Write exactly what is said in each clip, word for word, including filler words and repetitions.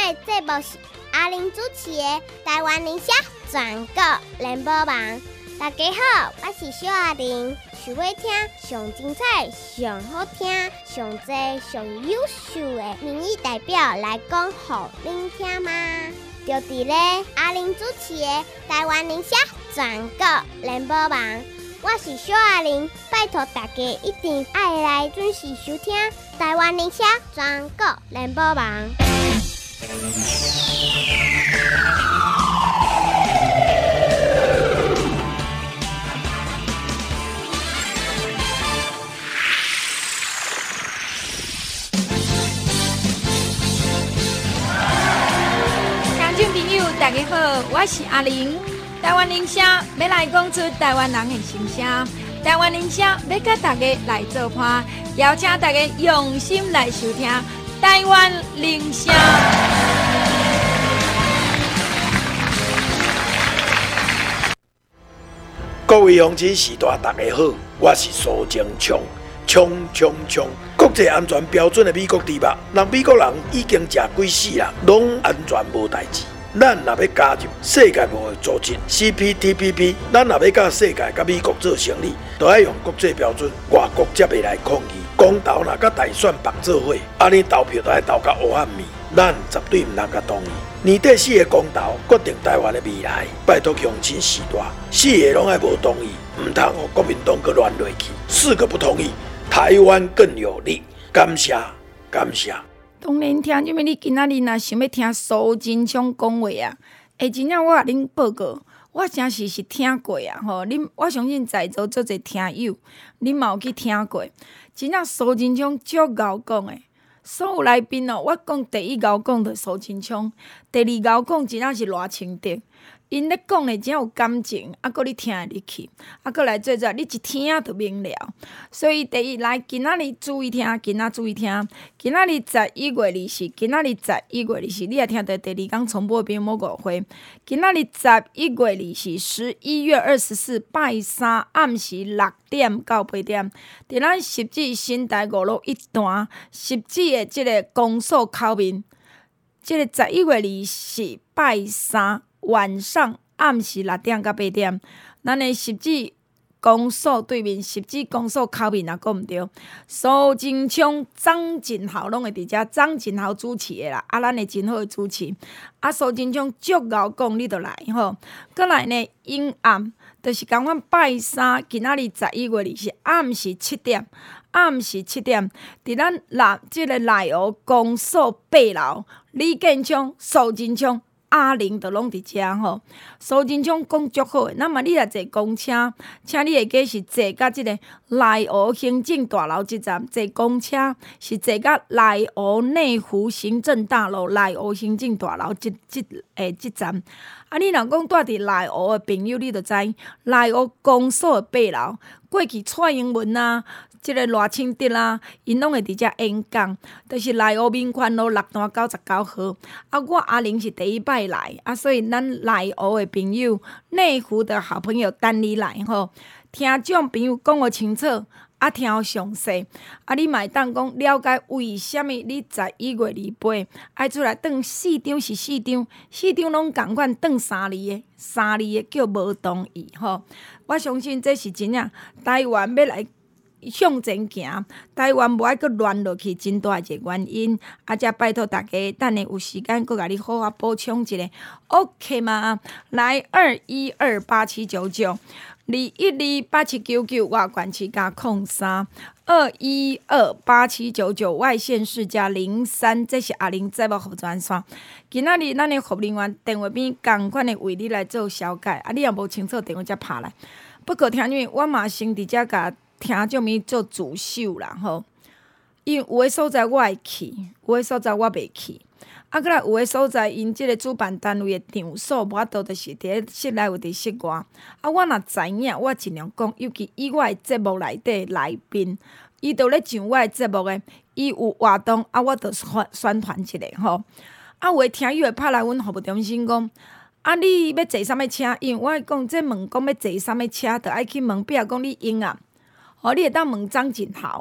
仔的节目是阿玲主持的台湾宁夏全国联播网。大家好，我是小阿玲。想要听上精彩、上好听、上多、上优秀的民意代表来讲互恁听吗？就伫咧阿玲主持的台湾宁夏全国联播网。我是小阿玲，拜托大家一定爱来准时收听台湾宁夏全国联播网。 观众朋友，大家好，我是阿玲。台湾宁夏要来讲出台湾人的心声，台湾宁夏要甲大家来做伴，邀请大家用心来收听台湾宁夏。 各位乡亲时代，大家好，我是苏贞昌，冲冲冲！国际安全标准的美国猪肉，让美国人已经食几世人，拢安全无代志。咱若要加入世界贸易组织 C P T P P， 咱若要甲世界甲美国做生意，就要用国际标准，外国才会来抗议。公投若甲大选绑做伙，安尼投票就要投到黑暗面，咱绝对毋通甲同意。年底四个公投决定台湾的未来，拜托乡亲时代，四个拢爱无同意，毋通互国民党阁乱落去。四个不同意，台湾更有利。感谢，感谢。 当然，听因为你今仔日若想要听苏贞昌讲话啊，会真正我甲恁报告，我真实是听过啊吼。恁我相信在座做侪听友，恁嘛有去听过。真正苏贞昌足敖讲诶，所有来宾哦，我讲第一敖讲着苏贞昌，第二敖讲真正是赖清德。因咧讲咧真有感情，啊，搁你听会入去，啊，搁来做做，你一听就明了。所以第一来，今仔日注意听，今仔注意听，今仔日十一月二四，今仔日十一月二四，你也听到第二天重播屏幕误会。今仔日十一月二四，十一月二十四，拜三暗时六点到八点，伫咱十指新台五路一段十指的即个公所口面，即、这个十一月二四拜三。晚上暗时六点到八点，咱的十指公所对面，十指公所口面也讲毋对。苏贞昌、张振豪拢会伫遮，张振豪主持的啦，啊，咱会真好的主持。啊，苏贞昌足敖讲，你就来吼。过来呢，阴暗就是共阮拜三，今仔日十一月二四暗时七点。暗时七点，伫咱内即个内湖公所八楼，李建昌、苏贞昌。阿玲都拢伫遮吼，苏贞昌讲足好诶。那么你若坐公车，请你会记是坐到即个内湖行政大楼即站，坐公车是坐到内湖内湖行政大楼、内湖行政大楼即即诶即站。啊，你若讲住伫内湖诶朋友，你就知内湖公所诶八楼，过去蔡英文啊。即个赖清德啊，因拢会伫遮演讲，就是内湖民权路六段九十九号。啊，我阿玲是第一摆来，啊，所以咱内湖的朋友、内湖的好朋友等你来吼，听众朋友讲个清楚，啊，听个详细，啊，你嘛会当讲了解为虾米你十一月二八爱出来转四张是四张，四张拢共款转三字的，三字的叫无同意吼。我相信这是真正台湾要来。向前行，台湾无爱阁乱落去，真大一个原因。啊，则拜托大家，等下有时间阁甲你好好补充一下 ，OK 吗？来二一二八七九九，二一二八七九九，外管七加空三，二一二八七九九，外县市加零三，这是阿玲节目服专线。今仔日咱的服务人员电话边共款的为你来做小解，啊，你若无清楚电话才拍来。不过听因为我嘛先伫遮甲。听种物做自首啦吼，因为有诶所在我会去，有诶所在我袂去。啊，搁来有诶所在，因即个主办单位诶场所，无法度就是伫咧室内或伫室外。啊，我若知影，我尽量讲，尤其以我诶节目内底来宾，伊著咧上我诶节目诶，伊有活动，啊，我著宣宣传一下吼。啊，有诶听友会拍来阮服务中心讲。啊！你要坐啥物车？因为我讲，这问讲要坐啥物车，著爱去问，比如讲你英啊，哦，你会当问张锦豪，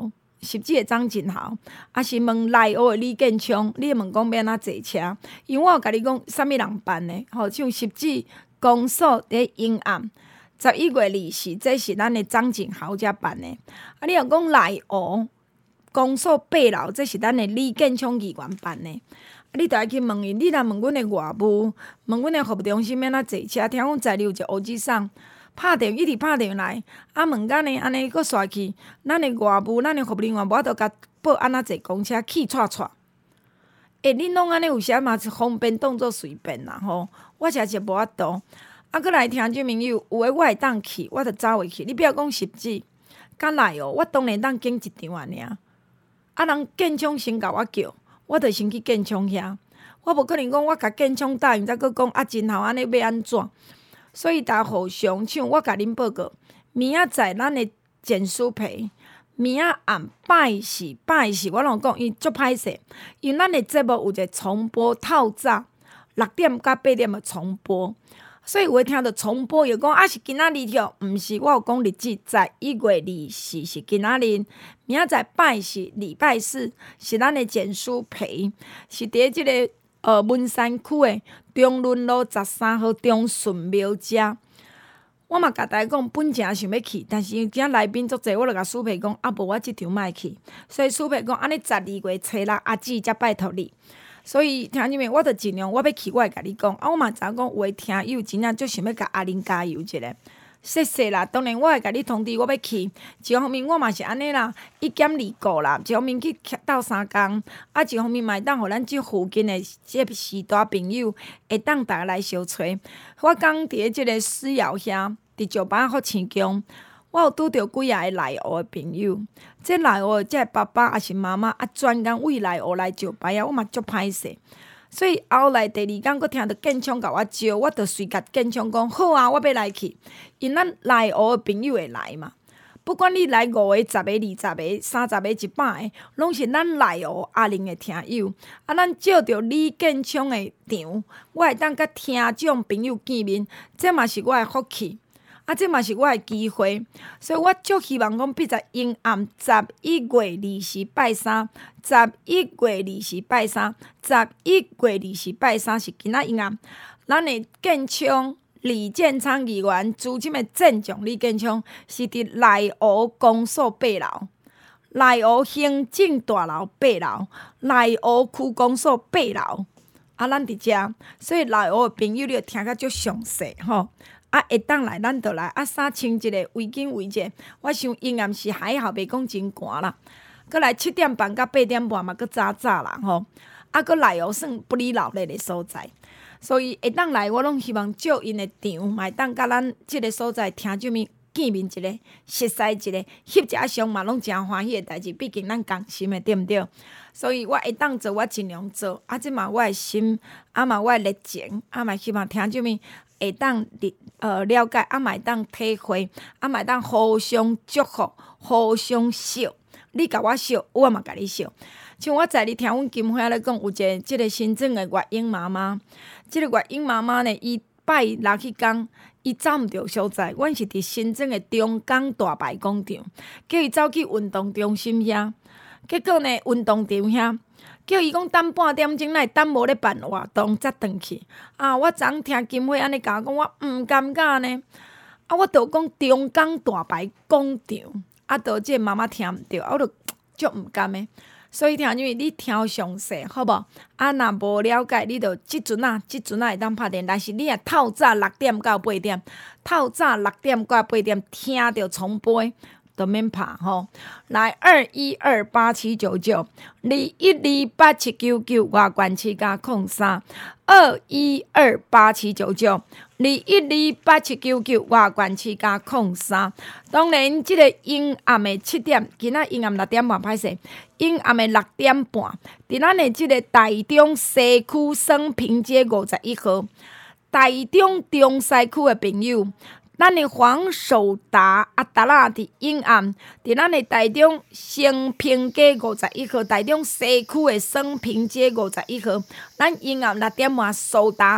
实际会长真好，啊是问内湖的李建昌，你会问讲要安怎坐车？因为我有甲你讲，啥物人办的？吼，像实际公所伫阴暗，十一月二四，这是咱的张景豪遮办的。啊，你若讲内湖公所八楼，这是咱的李建昌议员办的。啊，你著爱去问伊，你若问阮的外务，问阮的服务中心要安怎坐车？听讲在里有一个乌子送。拍电一直拍电来，啊问甲呢，安尼佫刷去，咱的外务，咱的服务人员无法度甲报安怎坐公车去串串。诶，恁拢安尼有时嘛是方便当作随便啦吼，我实是无法度。啊，佫来听众朋友，有诶我会当去，我著走回去。你不要讲实际，敢来哦，我当然当拣一场啊尔。啊，人建昌先甲我叫，我著先去建昌遐。我无可能讲我甲建昌答应，再佫讲啊真好安尼要安怎？所以，大家互相抢，我甲恁报告，明仔载咱的简书培，明仔暗拜四拜四，我拢讲伊足歹势，因为咱的节目有一个重播透早六点到八点的重播，所以有诶听到重播又讲啊是今仔日哦，毋是我有讲日子，十一月二四是今仔日，明仔载拜四礼拜四是咱的简书培，是伫即个呃文山区的。中仑路十三号中顺庙遮，我嘛甲大家讲，本正想要去，但是今仔来宾足济，我著甲苏培讲，啊无我即场莫去。所以苏培讲，安尼十二月初六阿姊才拜托你。所以听你们，我著尽量我要去，我会甲你讲。啊，我嘛知影讲，有诶听友真正足想要甲阿玲加油一下。谢谢啦，当然我会甲你通知我要去。一方面我嘛是安尼啦，一减二顾啦，一方面去斗三工，啊一方面嘛会当互咱即附近的即时大朋友会当逐个来相找。我讲伫即个私窑遐，伫石板福清宫，我有拄着几啊个内湖的朋友。即内湖的即个爸爸也是妈妈，啊专工为内湖来石板啊，我嘛足歹势。所以后来第二天，佫听到建昌甲我招，我著随甲建昌讲好啊，我要来去，因咱内湖的朋友会来嘛。不管你来五个、十个、二十个、三十个、一百个，拢是咱内湖阿玲的听友。啊，咱借着李建昌的场，我会当甲听众朋友见面，这嘛是我的福气。啊，这嘛是我的机会，所以我足希望讲，比在阴暗十一月二四拜三，十一月二四拜三，十一月二四拜三是今仔阴暗，咱的建昌李建昌议员资深的镇长李建昌是伫内湖公所八楼，内湖行政大楼八楼，内湖区公所八楼，啊，咱伫遮，所以内湖的朋友你听甲足详细吼。啊，会当来，咱就来。啊，衫穿一个围巾围者，我想阴暗是还好，袂讲真寒啦。搁来七点半到八点半嘛，搁早早啦吼。啊，搁内湖算不离闹热的所在，所以会当来，我拢希望借因的场，嘛会当甲咱即个所在听众们见面一个，熟悉一个，翕一相嘛，拢真欢喜的代志。毕竟咱共心的，对毋对？所以我会当做，我尽量做。啊，即嘛我的心，啊嘛我的热情，啊嘛希望听众们。会当呃了解，啊，会当体会，啊，会当互相祝福，互相笑。你甲我笑，我嘛甲你笑。像我在哩听阮金花咧讲，有一个即个新增的月英妈妈，即、这个月英妈妈呢，伊拜六迄天，伊走毋着所在，阮是伫新增的中港大排广场，叫伊走去运动中心遐，结果呢，运动场遐。叫伊讲等半点钟，来等无咧办活动才转去。啊，我昨听金花安尼甲我讲，我毋甘尬呢。啊，我著讲中港大排广场，啊，著即个妈妈听毋着，我著足毋甘的。所以听因为你听详细，好无？啊，若无了解，你著即阵啊，即阵啊会当拍电，但是你若透早六点到八点，透早六点到八点听着重播。都免怕吼，来二一二八七九九，二一二八七九九，外关七加空三，二一二八七九九，二一二八七九九，外关七加空三。当然，即、这个阴暗的七点，今仔阴暗六点半歹势，阴暗的六点半，伫咱的即个台中西区省平街五十一号，台中中西区的朋友。咱的黄守达啊，达啦伫阴暗，伫咱的台中升平街五十一号，台中西区的升平街五十一号，咱阴暗六点半守达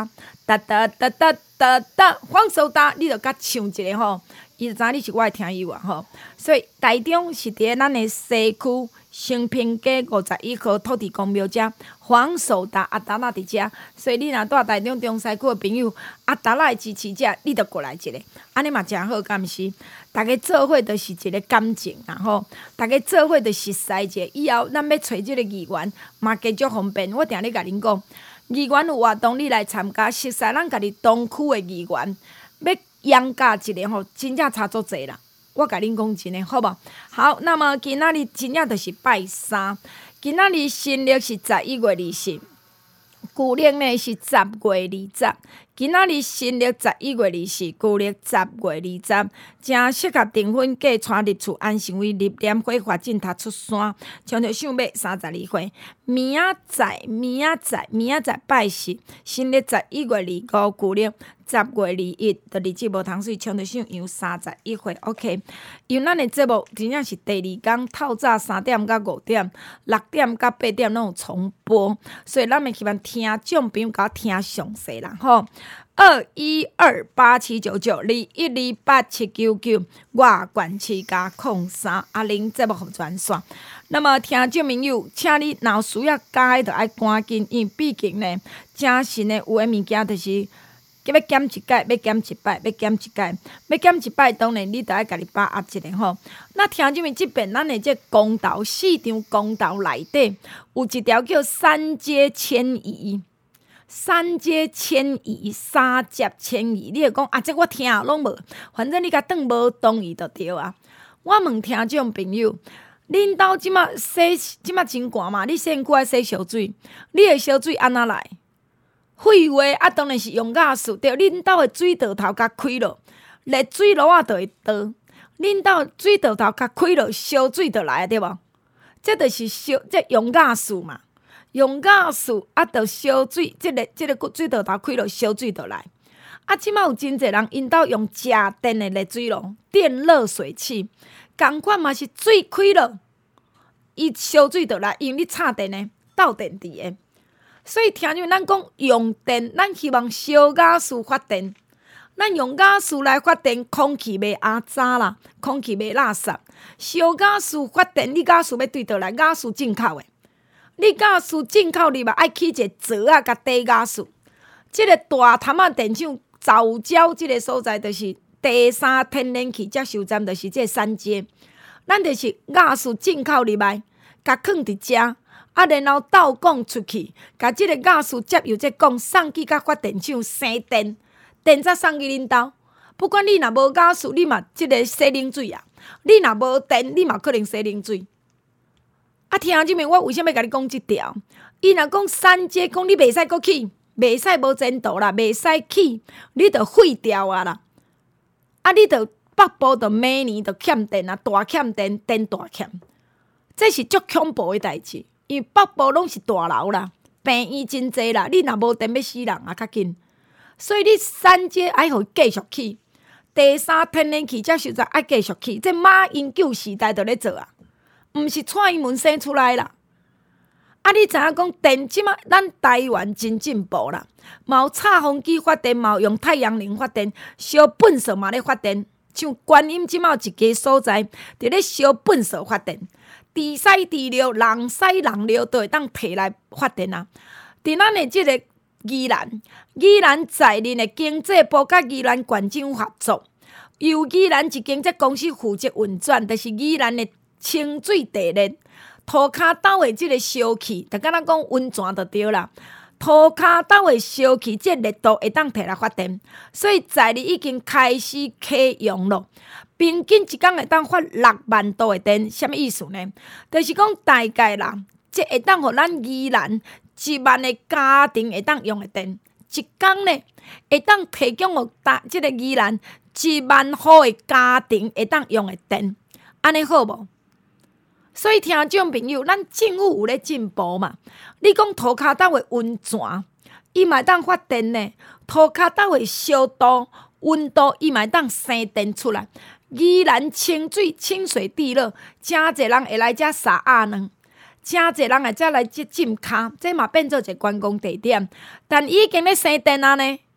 哒哒哒哒哒哒，黄守达，你著甲唱一个吼，伊就知你是我的听友啊吼。所以台中是伫咱的西区成平街五十一号土地公庙遮，黄守达阿达拉伫遮。所以你若住台中中西区的朋友，阿达拉的支持者，你著过来一个，安尼嘛诚好，敢毋是？大家做伙著是一个感情啦吼，大家做伙著熟悉者，以后咱要找即个议员嘛加足方便。我定咧甲恁讲。议员有活动，你来参加，熟悉咱家己东区的议员，要养家一个吼，真正差足济啦。我甲恁讲真诶，好无？好，那么今仔日真正就是拜三，今仔日新历是十一月二十，旧历呢是十月二十。今仔日新历十一月二十，旧历十月二十，正适合订婚嫁娶入厝安成为入念火发展读出山，像着想要三十二岁。明仔载，明仔载，明仔载拜四，新历十一月二五，旧历十月二一，着日子无通水，像着想样三十一岁。OK， 因为咱的节目真正是第二天透早三点到五点，六点到八点拢有重播，所以咱们希望听众朋友甲我听详细啦吼。二一二八七九九二一二八七九九，我管七加空三阿玲节目服专线。那么听众朋友，请你若有需要改，就爱赶紧，因为毕竟呢，正神的有诶物件就是要减一改，要减一摆，要减一改，要减一摆，当然你就爱家己把握一下吼。那听众们即边咱的这公道市场公道内底有一条叫三阶迁移。三阶迁移，三接迁移，你会讲啊？这我听拢无，反正你甲当无同意就对啊。我问听众朋友，恁兜即马洗即马真寒嘛？你身躯爱洗烧水，你的烧水安怎来？废话啊，当然是用雅士对。恁兜的水道头甲开落，热水炉啊就会倒。恁兜水道头甲开落，烧水就来对无？这就是烧，这用雅士嘛。用雅士啊，着烧水，即、这个即、这个水道头开落，烧水就来。啊，即摆有真侪人因兜用食电的热水炉、电热水器，共款嘛是水开落，伊烧水就来，因为你插电的、斗电池的。所以听见咱讲用电，咱希望烧雅士发电，咱用雅士来发电，空气袂压渣啦，空气袂垃圾。烧雅士发电，你雅士要对倒来，雅士进口的。你雅士进口入来，爱起一个槽啊，甲底雅士。即个大潭仔电厂藻礁即个所在，就是第三天然气接收站，就是即个三阶。咱就是雅士进口入来，甲放伫遮，啊，然后倒供出去，甲即个雅士接由即供送去甲发电厂生电，电则送去恁兜。不管你若无雅士，你嘛即个洗冷水啊；你若无电，你嘛可能洗冷水。啊，听即面，我为什么要甲你讲即条？伊若讲三阶，讲你袂使阁起，袂使无前途啦，袂使起，你着废掉啊啦！啊，你着北部着每年着欠电啊，大欠电，电大欠，这是足恐怖的代志。因为北部拢是大楼啦，病院真济啦，你若无电要死人啊，较紧。所以你三阶爱互伊继续起，第三天然气接收站爱继续起，这马英九时代着咧做啊。毋是蔡英文生出来啦！啊，你知影讲电即马咱台湾真进步啦，嘛有插风机发电，嘛有用太阳能发电，烧粪扫嘛咧发电。像观音即马有一家所在，伫咧烧粪扫发电，地西地流，人西人流都会当摕来发电啊！伫咱的即个宜兰，宜兰在恁的经济部甲宜兰县政府合作，由宜兰一间这公司负责运转，就是宜兰的。清水地热，涂骹斗的即个烧气，就敢若讲温泉就对啦。涂骹斗的烧气，即热度会当摕来发电，所以在日已经开始启用咯。平均一工会当发六万度的电，什么意思呢？就是讲大概啦，即会当互咱宜兰一万个家庭会当用的电，一工呢会当提供互大即个宜兰一万户的家庭会当用的电，安尼好无？所以听众朋友，咱政府有咧进步嘛？你讲涂骹斗的温泉，伊嘛当发电呢；涂骹斗的烧度、温度，伊嘛当生电出来。宜兰清水清水地热，真侪人会来遮撒鸭卵，真侪人会遮来遮浸骹，这嘛变做一个观光地点。但已经咧生电啊呢，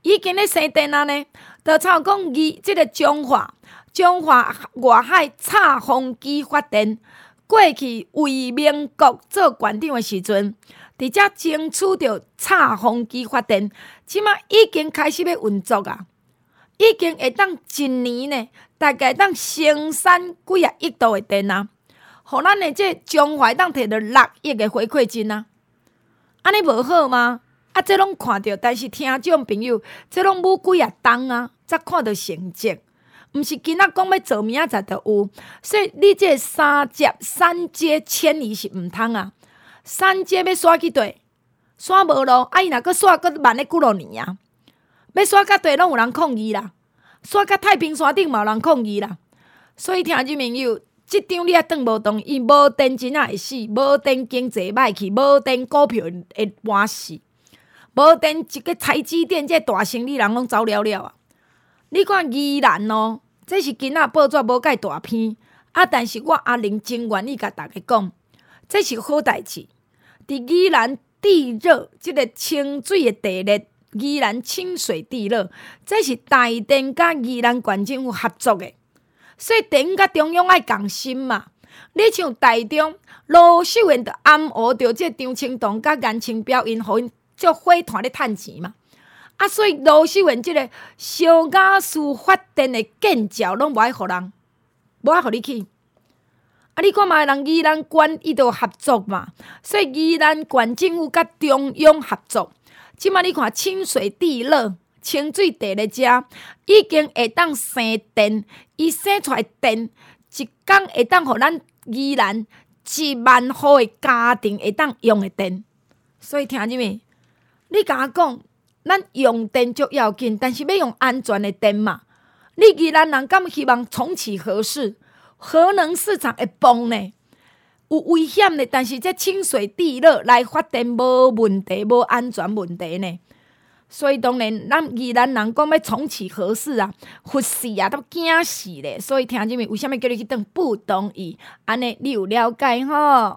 已经咧生电啊呢。就操讲伊即个中华中华外海插风机发电，过去为民国做县长的时阵，伫遮争取着插风机发电，即马已经开始要运作啊，已经会当一年呢，大概当生产几啊亿度的电啊，互咱的这中华当摕到六亿的回馈金啊，安尼无好吗？啊，这拢看到，但是听众朋友，这拢母几啊冬啊，才看到成绩，毋是今仔讲要做明仔载就有。所以你这三接三接迁移是毋通啊，三接要刷去地，刷无咯，啊伊若阁刷阁慢咧几落年啊，要刷到地拢有人抗议啦，刷到太平山顶嘛有人抗议啦。所以听众朋友，即张你也转无动，伊无电真正会死，无电经济歹去，无电股票会搬死。无电一个台积电，这大生意人拢走了了啊！你看宜兰哦，这是今仔报纸无介大篇啊，但是我阿玲真愿意甲大家讲，这是好代志。伫宜兰地热，即、这个清水的地热，宜兰清水地热，这是台电甲宜兰县政府合作的，所以电甲中央爱共心嘛。你像台中罗秀燕就暗学着这张清栋甲颜清标因，互因做火炭咧趁钱嘛，啊，所以罗秀燕即个小雅士发电的建造拢无爱互人，无爱互你去。啊，你看嘛，人宜兰县伊都合作嘛，所以宜兰县政府甲中央合作。即马你看清水地热、清水地热遮已经会当生电，伊生出来电一工会当互咱宜兰一万户的家庭会当用的电。所以听入面。你甲我讲，咱用电足要紧，但是要用安全的电嘛。你宜兰人敢希望重启核市？核能市场会崩呢？有危险的，但是这清水地热来发电无问题，无安全问题呢。所以当然，咱宜兰人讲要重启核市啊，核试啊，都惊死咧。所以听入面为什么叫你去当不同意？安尼你有了解吼？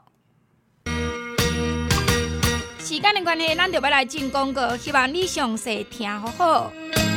时间的关系，咱就要来进广告，希望你详细听好好。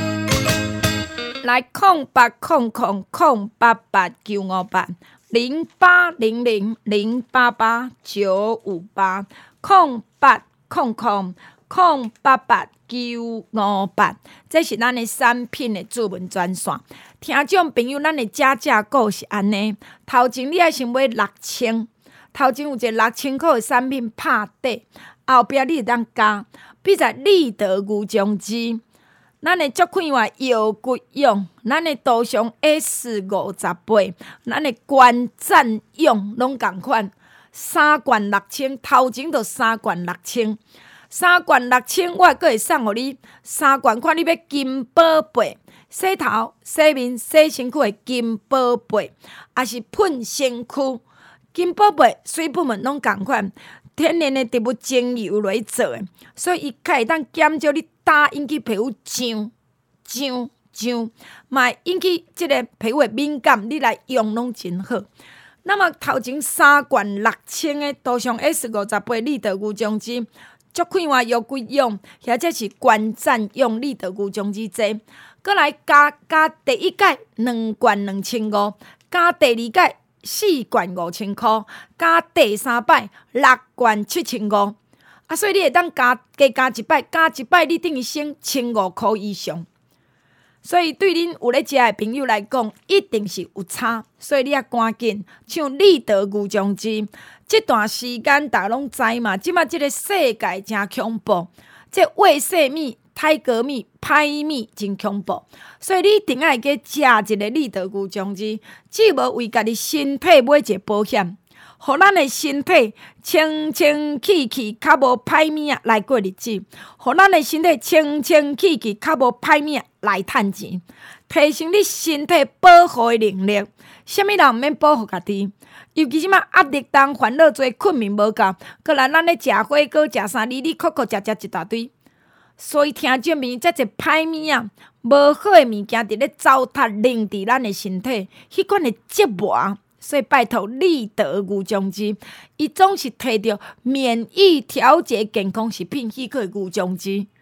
来，空八空空空八八九五八零八零零零八八九五八空八空空空八八九五八，这是咱的产品的主文专线。听众朋友，咱的加价购是安尼，头前你爱先买六千，头前有一个六千块的产品拍底。后壁你会当加，比如立德牛姜汁，咱的足快活腰骨用，咱的多上 S 五十八，咱的关赞用拢共款，三罐六千，头前就三罐六千，三罐六千，我阁会送互你三罐，看你要金宝贝，洗头、洗面、洗身躯的金宝贝，也是喷身躯，金宝贝水部门拢共款。天然的植物精油来做的，所以伊较会当减少你打引起皮肤痒、痒、痒，嘛引起即个皮肤的敏感，你来用拢真好。那么头前三罐六千的多上 S 五十八立德牛姜汁，足快活腰骨用，或者是关赞用立德牛姜汁剂，搁来加加第一届两罐两千五，加第二届。四罐五千块，加第三摆六罐七千五，啊，所以你会当加加加一摆，加一摆你等于省千五块以上。所以对恁有咧食的朋友来讲，一定是有差。所以你也赶紧像立德牛姜汁，这段时间大家拢知嘛，即马即个世界真恐怖，这胃食米。泰格米、歹米真恐怖，所以你一定要去食一个立德牛姜汁，只无为家己身体买一个保险，互咱的身体清清气气，较无歹物啊来过日子，互咱的身体清清气气，较无歹物啊来趁钱，提升你身体保护的能力。啥物人毋免保护家己？尤其即马压力重、烦恼多、困眠无够，过来咱咧食火锅、食啥哩哩扣扣、食食一大堆。所以听众朋友，这些歹物啊，无好的物件伫咧糟蹋令伫咱的身体，迄款的折磨。所以拜托立德牛姜汁，伊总是摕着免疫调节健康食品迄个牛姜汁。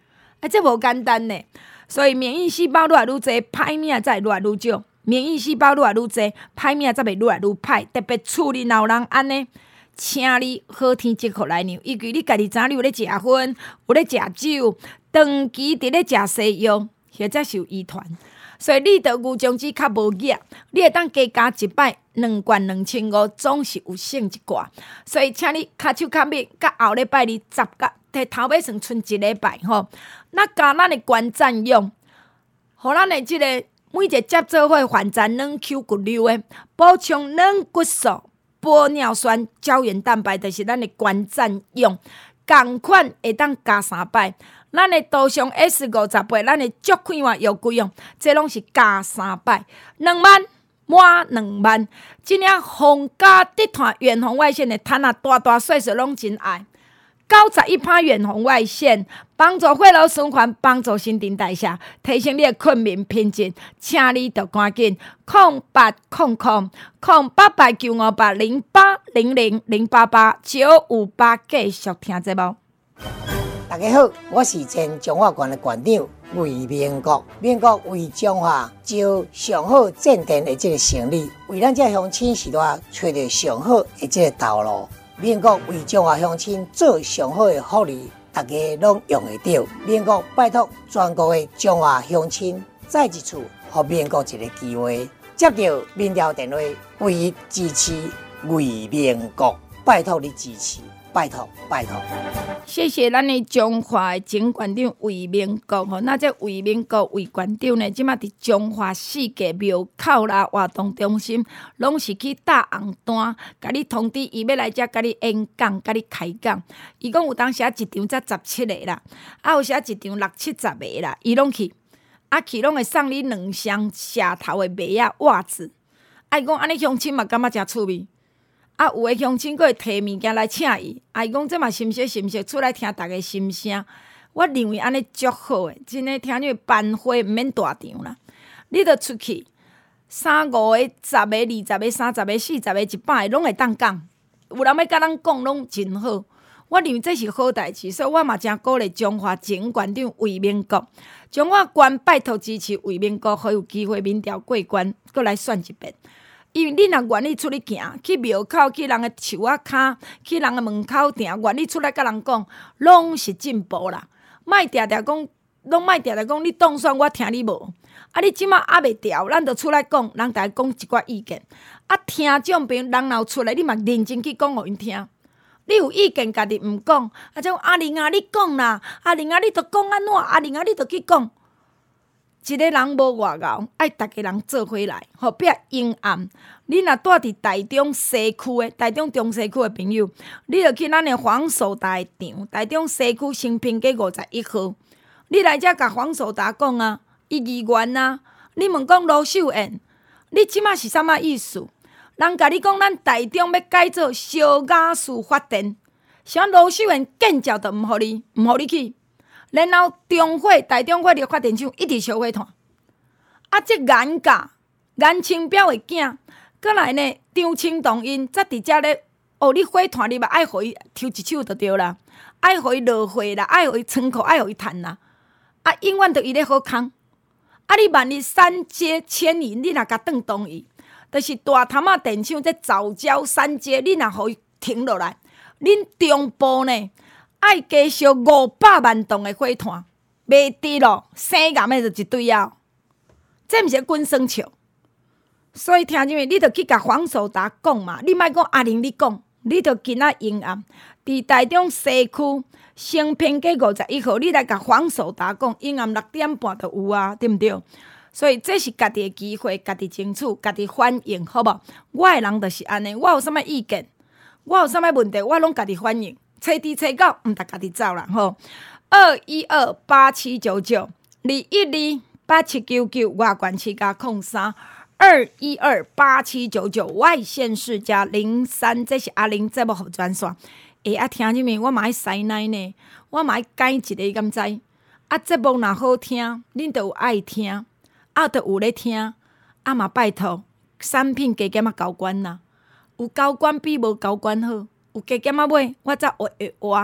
啊，这无简单呢。所以免疫细胞愈来愈侪，歹命才会愈来愈少。免疫细胞愈来愈侪，歹命才会愈来愈歹。特别厝里若有人安尼，请你好天即刻来尿，因为你家己知影你有咧食薰，有咧食酒，长期伫咧食西药，或者是有遗传。所以你着牛樟芝较无野，你会当加加一摆两罐两千五，总是有省一寡。所以请你骹手骹尾，甲后礼拜二十甲摕头尾算剩一礼拜吼，那加咱的关赞用，互咱的即个每一个接做伙反赞软 Q 骨溜的，补充软骨素、玻尿酸、胶原蛋白，就是咱的关赞用。同款会当加三摆。咱的多上 S 五十八，咱的足快活药柜用，这拢是加三摆，两万满两万。真正皇家地团远红外线的摊啊，大大细细拢真爱。九十一趴远红外线帮助血流循环，帮助新陈代谢，提升你的睡眠品质。请你着赶紧空八空空空八八九五八零八零零零八八九五八，继续听节目。 大家好，我是前中华县的县长魏明国。民国为中华招上好正电的这个成立，为咱这乡亲时代找到上好的这个道路。民国为中华乡亲做上好的福利，大家拢用得到。民国拜托全国的中华乡亲，再一次给民国一个机会，接到民调电话，为伊支持魏明国，拜托你支持。拜托，拜托！ 谢谢咱的中华的前县长魏明国吼，那这魏明国魏县长呢，即马伫中华世界庙口啦活动中心，拢是去搭红单，甲你通知伊要来遮，甲你演讲，甲你开讲。伊讲有当时一场才十七个啦，啊有时一场六七十个啦，伊拢去，啊去拢会送你两双蛇头的袜仔袜子。啊伊讲安尼乡亲嘛感觉诚趣味。啊，有诶乡亲佫会摕物件来请伊，啊，伊讲这嘛心息心息，出来听逐个心声。我认为安尼足好诶，真诶听你班会毋免大场啦，你着出去三五个、十个、二十个、三十个、四十个、一百个拢会当讲。有人要甲咱讲，拢真好。我认为这是好代志，所以我嘛真鼓励中华前县长魏明国，中华县拜托支持魏明国，好有机会民调过关，佫来选一遍。因为你若愿意出去行，去庙口，去人的树仔骹，去人的门口埕，愿意出来甲人讲，拢是进步啦。莫定定讲，拢莫定定讲，你当选我听你无。啊，你即马压袂调，咱就出来讲，人家讲一寡意见。啊，听众朋友人若出来，你嘛认真去讲互因听。你有意见，家己毋讲，啊，种阿玲啊，你讲啦，阿玲啊，你着讲安怎？阿玲啊，你着去讲。一个人无外交，爱逐个人做伙来，互别阴暗。你若住伫台中西区的、台中中西区的朋友，你着去咱的黄守达的场，台中西区新平街五十一号。你来遮甲黄守达讲啊，伊议员啊，你问讲罗秀燕，你即马是啥物意思？人甲你讲，咱台中要改做小雅士发电，像罗秀燕建造着毋互你，毋互你去。然后中火、台中火力发电厂一直烧火炭，啊，这颜价、颜清标的囝，过来呢，张清同因则伫遮咧，哦，你火炭你嘛爱互伊抽一手就对啦，爱互伊落火啦，爱互伊仓库，爱互伊趁啦，啊，永远着伊咧好空。啊，你万一三阶迁移，你若甲转东移，就是大潭仔电厂这藻礁三阶，你若互伊停落来，恁中部呢？爱加烧五百万吨的火炭，袂滴咯，生岩的就一堆啊！这毋是滚酸笑。所以听见没？你着去甲黄守达讲嘛，你莫讲阿玲你讲，你着今仔阴暗，伫台中西区新平街五十一号，你来甲黄守达讲，阴暗六点半就有啊，对毋对？所以这是家己的机会，家己争取，家己反映，好无？我的人就是安尼，我有啥物意见，我有啥物问题，我拢家己反映。找滴找到，毋得家己走啦吼！二一二八七九九，二一二八七九九，外管七加空三，二一二八七九九，外县市加零三，这是阿玲节目服专线。会啊，听入面我嘛爱塞奶呢，我嘛爱改一个，敢知？啊，节目若好听，恁着有爱听，啊，着有咧听，啊嘛拜托，产品加减啊交关啦，有交关比无交关好。有加减仔买，我则会会活；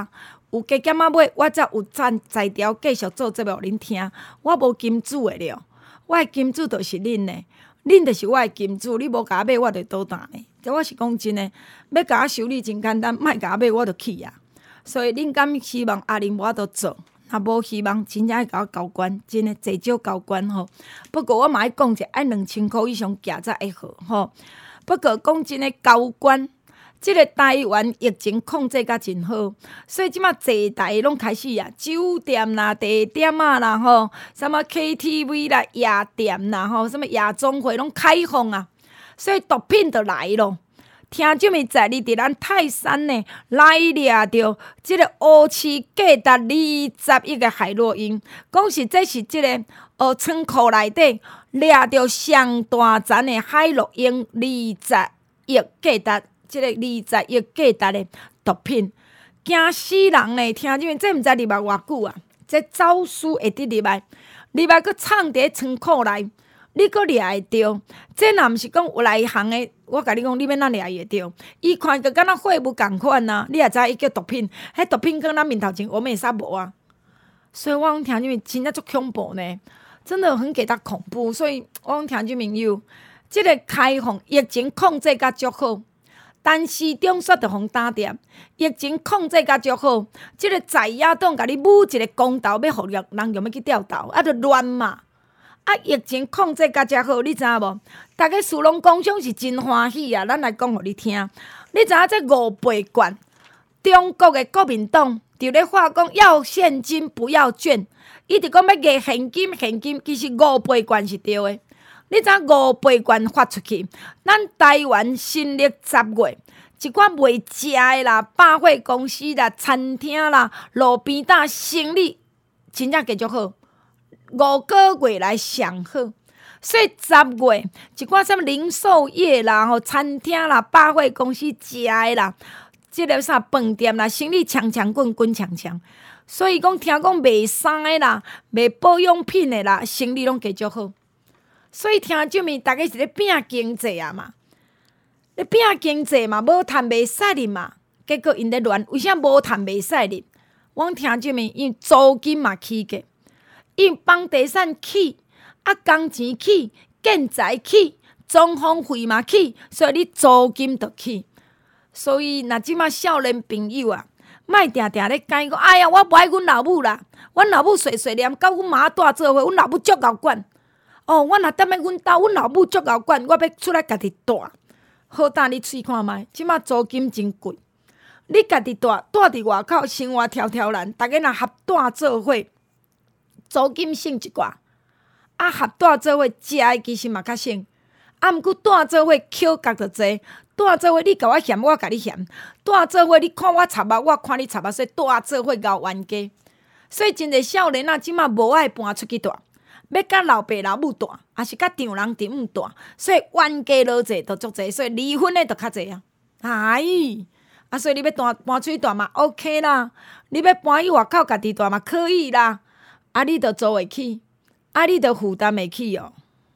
有加减仔买，我才有才才调继续做节目互恁听。我无金主的了，我的金主就是恁的，恁就是我的金主。你无甲我买，我就倒弹的。这我是讲真的，要甲我修理真简单，莫甲我买，我就去啊。所以恁敢希望阿玲我都做，若无希望真正爱甲我交关，真的济少交关吼。不过我嘛爱讲者，爱两千箍以上价才会好吼。不过讲真的，交关。即个台湾疫情控制甲真好，所以即马坐台拢开始啊，酒店啦、地点啊啦吼，什么 K T V 啦、夜店啦吼，什么夜总会拢开放啊，所以毒品就来咯。听众们在你伫咱泰山呢来掠着即个乌市价值二十亿的海洛因，讲是这是即个呃仓库内底掠着上大层的海洛因二十亿价值。即个二十亿价值的毒品，惊死人嘞！听众们，这毋知入来偌久啊？这走私会得入来，入来佫藏伫仓库内，你佫掠会着？这若毋是讲有来行的，我甲你讲，你要哪掠会着？伊看个敢若货物共款啊！你也知伊叫毒品，迄毒品搁咱面头前，我们会使无啊？所以我讲听众们真正足恐怖呢，真的很给他恐怖。所以我讲听众朋友，即个开放疫情控制甲足好。但是中煞着互打点，疫情控制甲足好，即、这个在野党甲你舞一个公道，要互人人用要去调头，啊，着乱嘛。啊，疫情控制甲遮好，你知影无？逐个士农工商是真欢喜啊！咱来讲互你听，你知影这五倍券，中国的国民党伫咧话讲要现金不要券，伊直讲要摕现金现金，其实五倍券是对的。你知影五倍券发出去，咱台湾新历十月，一寡卖食的啦、百货公司啦、餐厅啦、路边摊生意真正继续好，五个月来上好。所以十月一寡什么零售业啦、吼餐厅啦、百货公司食的啦，即个啥饭店啦，生意强强滚滚强强。所以讲，听讲卖衫的啦、卖保养品的啦，生意拢继续好。所以听众们，大家是咧拼经济啊嘛，咧拼经济嘛，无趁袂使哩嘛。结果因咧乱，为啥无趁袂使哩？阮听众们，因租金嘛起价，因房地产起，啊工钱起，建材起，装潢费嘛起，所以你租金就起。所以若即马少年朋友啊，莫定定咧讲讲，哎呀，我无爱阮老母啦，阮老母碎碎念，甲阮妈住做伙，阮老母足够管。哦，我若踮咧阮兜，阮老母足够管，我要出来家己住。好，等你试看觅，即马租金真贵。你家己住，住伫外口，生活条条难。逐个若合住做伙，租金省一寡。啊，合住做伙，食的其实嘛较省。啊，毋过住做伙扣角就济。住做伙，你甲我嫌，我甲你嫌。住做伙，你看我插目，我看你插目，所以住做伙交冤家。所以真侪少年啊，即马无爱搬出去住。要甲老爸老母住，还是甲丈人丈母住，所以冤家老济都足济，所以离婚的就较济啊。哎，啊，所以你要搬搬出去住嘛 ，OK 啦。你要搬去外口家己住嘛，可以啦。啊，你着做会起，啊，你着负担会起哦。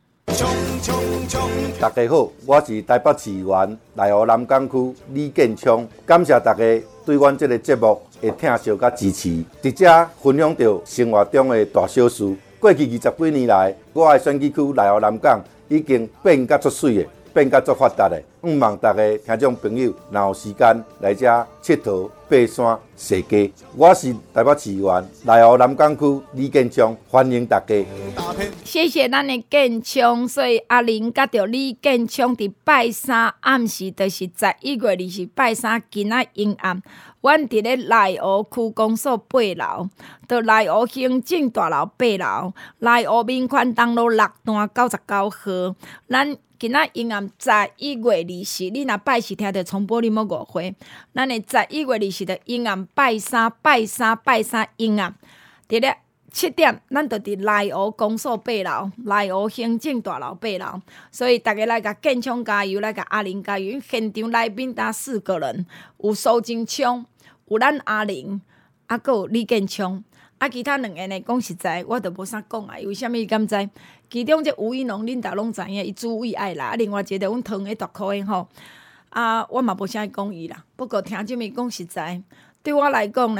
大家好，我是台北市议员内湖南港区李建昌，感谢大家对阮这个节目的听惜甲支持，伫遮分享到生活中的大小事。过去二十几年来，我的选举区内湖南港已经变甲足水的，变甲足发达的。希望大家听众朋友，若有时间来遮佚佗、爬山、踅街。我是台北市议员内湖南港区李建昌，欢迎大家。 谢谢咱的建昌，所以阿玲甲着李建昌伫拜三暗时，就是十一月二十拜三今仔阴暗。阮伫咧内湖区公所八楼，到内湖行政大楼八楼，内湖民权东路六段九十九号。咱今仔阴暗十一月二十，你若拜四听着重播，你莫误会。咱的十一月二十的阴暗拜三拜三拜三阴暗，伫咧七点，咱就伫内湖公所八楼，内湖行政大楼八楼。所以大家来甲建昌加油，来甲阿玲加油。现场来宾达四个人，有苏金昌。有咱阿玲，啊，阁有李建昌，啊，其他两个呢？讲实在，我都无啥讲啊。为虾米敢知？其中这吴一农，恁逐拢知影，伊主委爱啦。啊，另外一个阮糖的大箍的吼，啊，我嘛无啥讲伊啦。不过听即物讲实在，对我来讲呢，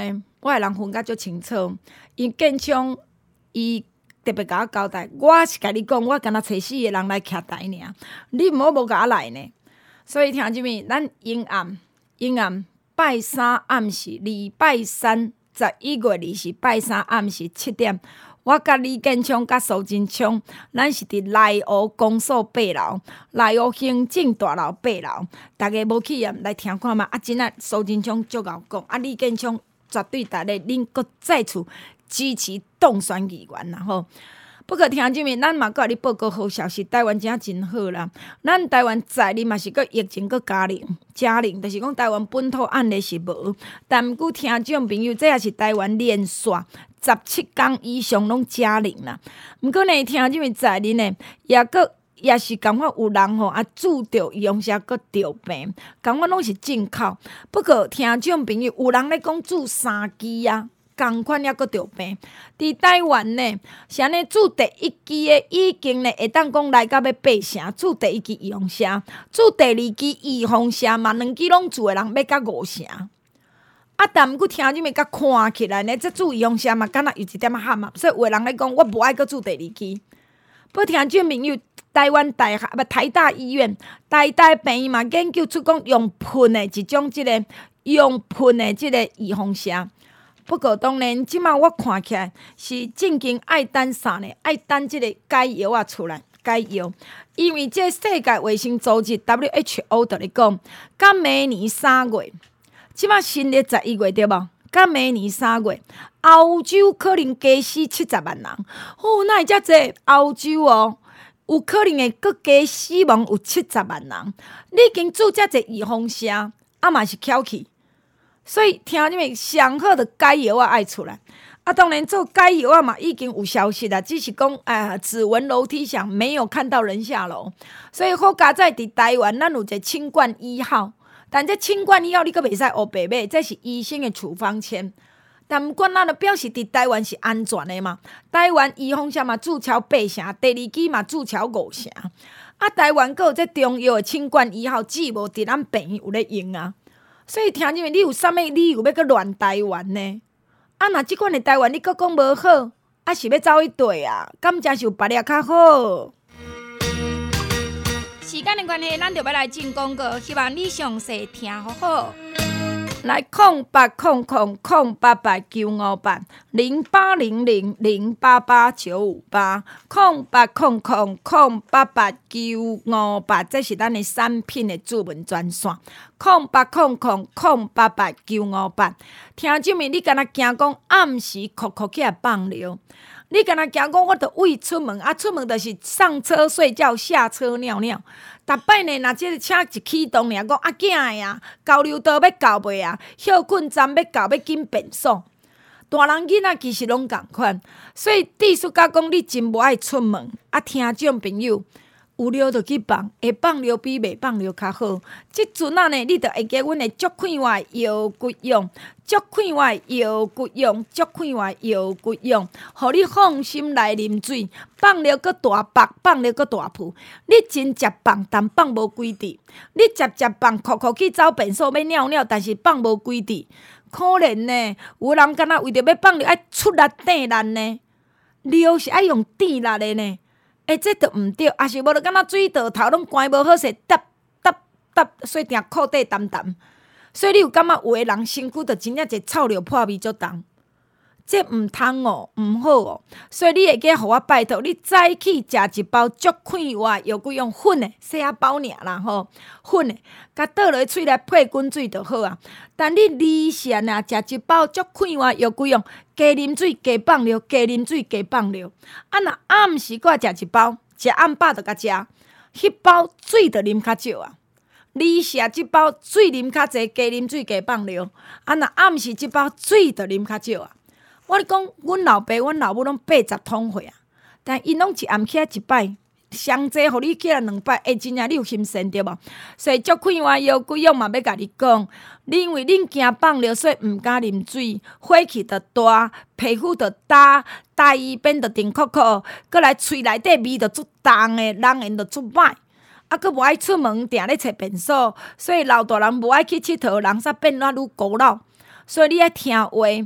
我的人分甲足清楚，因建昌伊特别甲我交代，我是甲你讲，我敢若找四个人来徛台尔，你毋好无甲我来呢。所以听即物，咱永暗永暗拜三暗时，礼拜三十一月二十拜三暗时七点。我甲李建昌、甲苏金昌，咱是伫内湖公所八楼、内湖行政大楼八楼，大家无去验来听看嘛。啊，真啊，苏金昌足够讲，啊，李建昌绝对逐个恁搁再次支持当选议员啦吼。不过听即面，咱嘛搁甲你报告好消息，台湾真真好啦。咱台湾在哩嘛是搁疫情搁加零加零，就是讲台湾本土案例是无，但毋过听众朋友，这也是台湾连续十七天以上拢加零啦。毋过呢，听即面在哩呢，也搁也是感觉有人吼啊，拄着伊用啥搁着病，感觉拢是进口。不过听众朋友，有人咧讲拄三支啊。同款也搁着病，伫台湾呢，是安尼注第一支的已经呢会当讲来到要八成，注第一支预防针，注第二支预防针嘛，两支拢注的人要到五成。啊，但毋过听即物甲看起来呢，这注预防针嘛，敢若有一点仔含啊，所以有的人咧讲，我无爱搁注第二支。不过听众朋友，台湾大学不台大医院，台大病院嘛研究出讲用喷的一种即、这个用喷的即个预防针。不过当然，即马我看起来是正经爱等啥呢？爱等即个解药啊出来解药，因为这世界卫生组织 W H O 就咧讲，到明年三月，即马新历十一月对无？到明年三月，欧洲可能加死七十万人。哦，那会遮济？欧洲哦，有可能会搁加死亡有七十万人。你已经做遮济预防针，啊嘛是翘起。所以听你们上好的解药啊爱出来，啊当然做解药啊嘛已经有消息啦，只是讲啊指纹楼梯响没有看到人下楼，所以好佳在伫台湾咱有一个清冠一号，但这清冠一号你阁袂使黑白买，这是医生的处方签。但毋管咱就表示伫台湾是安全的嘛，台湾预防针嘛注销八成，第二支嘛注销五成，啊台湾阁有这中药的清冠一号，只无伫咱病院有咧用啊。所以听你们，你有啥物理由要搁乱台湾呢？啊，若即款的台湾你搁讲无好，啊是要走去对啊？敢真是有别个较好？时间的关系，咱就要来进广告，希望你详细听好好。来空八空空空八八九五八零八零零零八八九五八空八空空空八八九五八，这是咱的产品的主文专线。空八空空空八八九五八，听证明你敢若惊讲暗时哭哭起来放尿，你敢若惊讲我着为出门啊，出门就是上车睡觉，下车尿尿。逐摆呢，若即个车一启动尔，讲啊囝的啊，交流道要到未啊？休困站要到，要紧变速。大人囡仔其实拢共款，所以意思甲讲你真无爱出门。啊，听众朋友，有尿就去放，会放尿比袂放尿较好。即阵啊呢，你着会记阮的足快活腰骨用，足快活腰骨用，足快活腰骨用，互你放心来啉水。放了搁大腹，放了搁大腹，你真食放，但放无几滴。你食食放，哭哭去走便所要尿尿，但是放无几滴，可怜呢。有人敢若为着要放尿爱出力顶力呢，尿是爱用滴力的呢。诶，这着毋对，也是无就敢若水道头拢关无好势，嗒嗒嗒，所以定裤底澹澹。所以你有感觉有个人身躯着真正一臭尿破味足重。这毋通哦，毋好哦，所以你会记互我拜托你早起食一包足快活药骨用粉的，细仔包尔啦吼，粉的，甲倒落去喙内配滚水就好啊。但你离线啊，食一包足快活药骨用，加啉水，加放尿，加啉水，加放尿。啊，若暗时搁食一包，食暗饱就甲食，迄包水就啉较少啊。你食即包水啉较济，加啉水，加放尿。啊，若暗时即包水就啉较少啊。我咧讲，阮老爸、阮老母拢八十桶岁啊，但因拢一暗起来一摆，上济互你起来两摆，会真正你有心善对无？所以足快活药骨用嘛要甲你讲，你因为恁惊放尿，所以毋敢啉水，火气着大，皮肤着焦，大衣变着甜酷酷，搁来喙内底味着足重的，人缘着足歹。啊，佫无爱出门，定咧找便所，所以老大人无爱去佚佗，人煞变啊愈古老。所以你爱听话。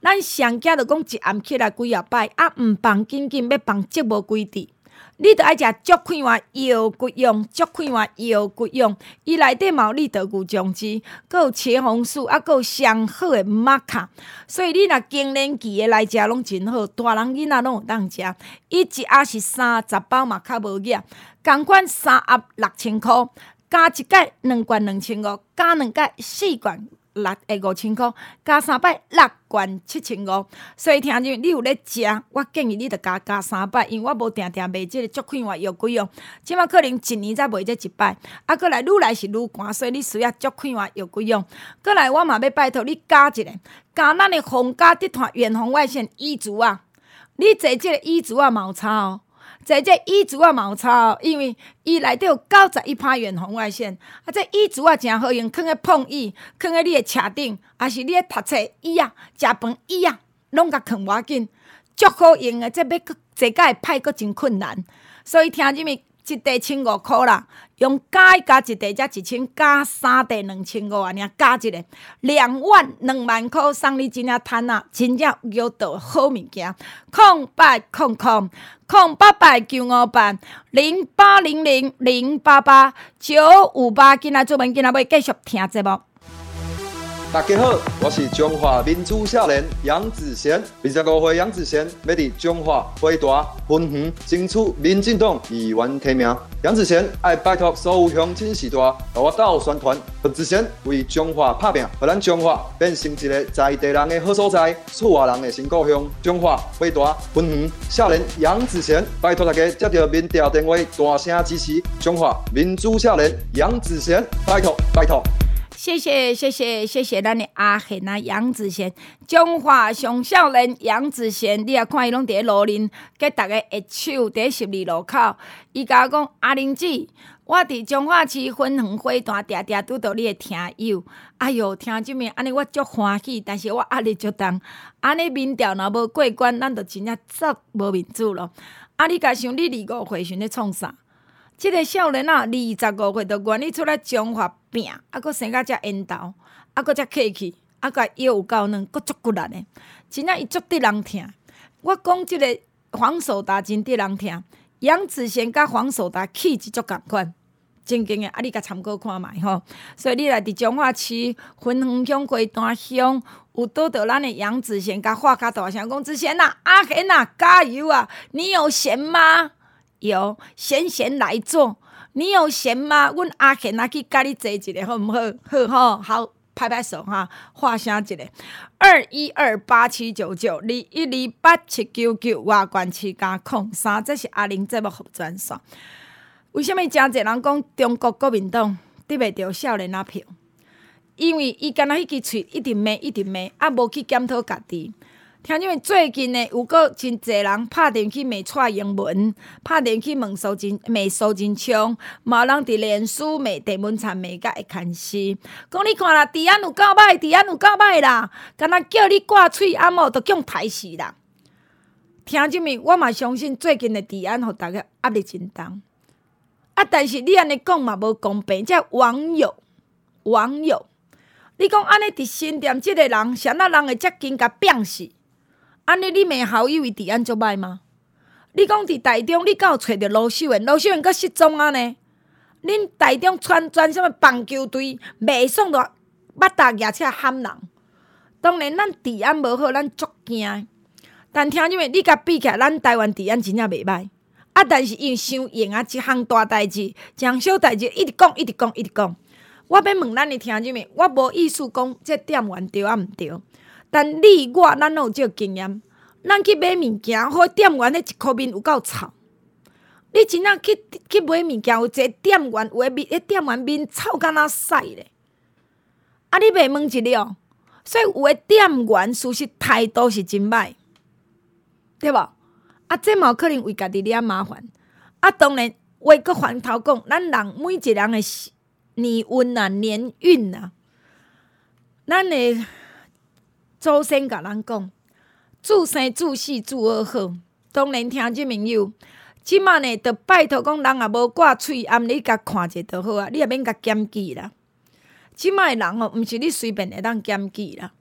咱上惊着讲一暗起来几后摆，啊，毋放紧紧要放积无几滴。你着爱食足快活腰骨用，足快活腰骨用，伊内底嘛有利得牛种子，佮有茄红素，啊，佮有上好的玛卡，所以你若经年期的来食拢真好，大人囡仔拢有当食。伊一盒是三十包嘛，较无额，共款三盒六千箍，加一盖两罐两千五，加两盖四罐。六诶五千箍，加三摆六罐七千五，所以听众你有咧食，我建议你着加加三摆，因为我无定定卖即个足快活药几用，即马可能一年才卖这一摆，啊，过来愈来是愈寒，所以你需要足快活药几用。过来我嘛要拜托你加一个，加咱的红家地团远红外线乙族啊，你坐即个乙族啊嘛有差哦。在这乙族啊嘛有差哦，因为伊内底有九十一趴远红外线，啊，这乙族啊真好用，放咧碰椅，放咧你的车顶，还是你咧读册椅啊、食饭椅啊，拢甲放无要紧，足好用的。这要搁坐甲会歹，搁真困难，所以听入面一袋千五箍啦，用加一加一袋才一千，加三袋两千五啊，尔加一个两万两万箍送你真正赚啊，真正有道好物件。空八空空空八八九五八零八零零零八八九五八，今仔做文，今仔要继续听节目。 大家好，我是中华民主少年杨子贤，二十五岁杨子贤要伫中华花大分园争取民进党议员提名。杨子贤爱拜托所有乡亲时代，和我斗宣传，杨子贤为中华打拼，让咱中华变成一个在地人的好所在，厝外人的新故乡。中华花大分园少年杨子贤，拜托大家接到民调电话，大声支持中华民主少年杨子贤，拜托拜托。 谢谢谢谢谢谢咱的阿贤啊，杨子贤，中华上少年杨子贤，你也看伊拢伫咧路林，甲大家握手伫十二路口。伊甲我讲阿玲姐，我伫彰化市分园花坛定定拄到你的听友，哎哟，听即面安尼我足欢喜，但是我压力足重。安尼民调若无过关，咱就真正足无面子咯。啊，你家想你二五岁时咧创啥？即个少年啊，二十五岁就愿意出来中华拼，啊，佫生甲遮缘投，啊，佫遮客气，啊，甲腰有够软，佫足骨力的，真正伊足得人听。我讲即个黄守达真得人听，杨子贤甲黄守达气质足共款，真经诶，啊，你甲参考看觅吼。所以你来伫彰化市分园乡花坛乡，有倒到咱的杨子贤，甲画卡大声讲：子贤啊，阿贤啊，加油啊！你有闲吗？有，闲闲来做。你有闲吗？阮阿贤啊，去甲你坐一个，好毋好？好吼，好，拍拍手哈，画声一个。二一二八七九九二一二八七九九，外关七加空三，这是阿玲节目合专线。为什么真侪人讲中国国民党得袂着少年仔票？因为伊干那迄支喙一直骂一直骂，啊无去检讨家己。听见最近呢，有个真侪人拍电去骂蔡英文，拍电去问苏真骂苏真昌，嘛人伫脸书骂郑文灿骂甲会看死。讲你看啦，治安有够歹，治安有够歹啦，敢若叫你挂喙暗哦，都叫刣死啦。听见面，我嘛相信最近的治安，互大家压力真重。啊，但是你安尼讲嘛无公平，这网友网友，你讲安尼伫新店即个人，谁那人会遮紧甲变死？安尼你骂好友伊治安足歹吗？你讲伫台中，你敢有找着罗秀燕？罗秀燕阁失踪啊呢？恁台中传传什么棒球队，袂爽着捌搭举车喊人。当然，咱治安无好，咱足惊。但听入面，你甲比起来，咱台湾治安真正袂歹。啊，但是因伤用啊，一项大代志，一项小代志，一直讲，一直讲，一直讲。我要问咱的听入面，我无意思讲这店员对啊毋对。但你我咱有这个经验，咱去买物件，好店员迄一箍面有够臭。你真正去去买物件，有一个店员，有诶面，迄店员面臭敢若屎咧。啊，你袂问一个哦，所以有诶店员事实态度是真歹，对无？啊，这嘛有可能为家己惹麻烦。啊，当然话搁反头讲，咱人每一个人诶年运啊、年运啊，咱诶。祖先甲咱讲，自生自死自而好。当然听即朋友，即马呢，着拜托讲人也无挂喙暗，你甲看者就好啊，你也免甲检举啦。即马诶人吼，毋是你随便会当检举啦。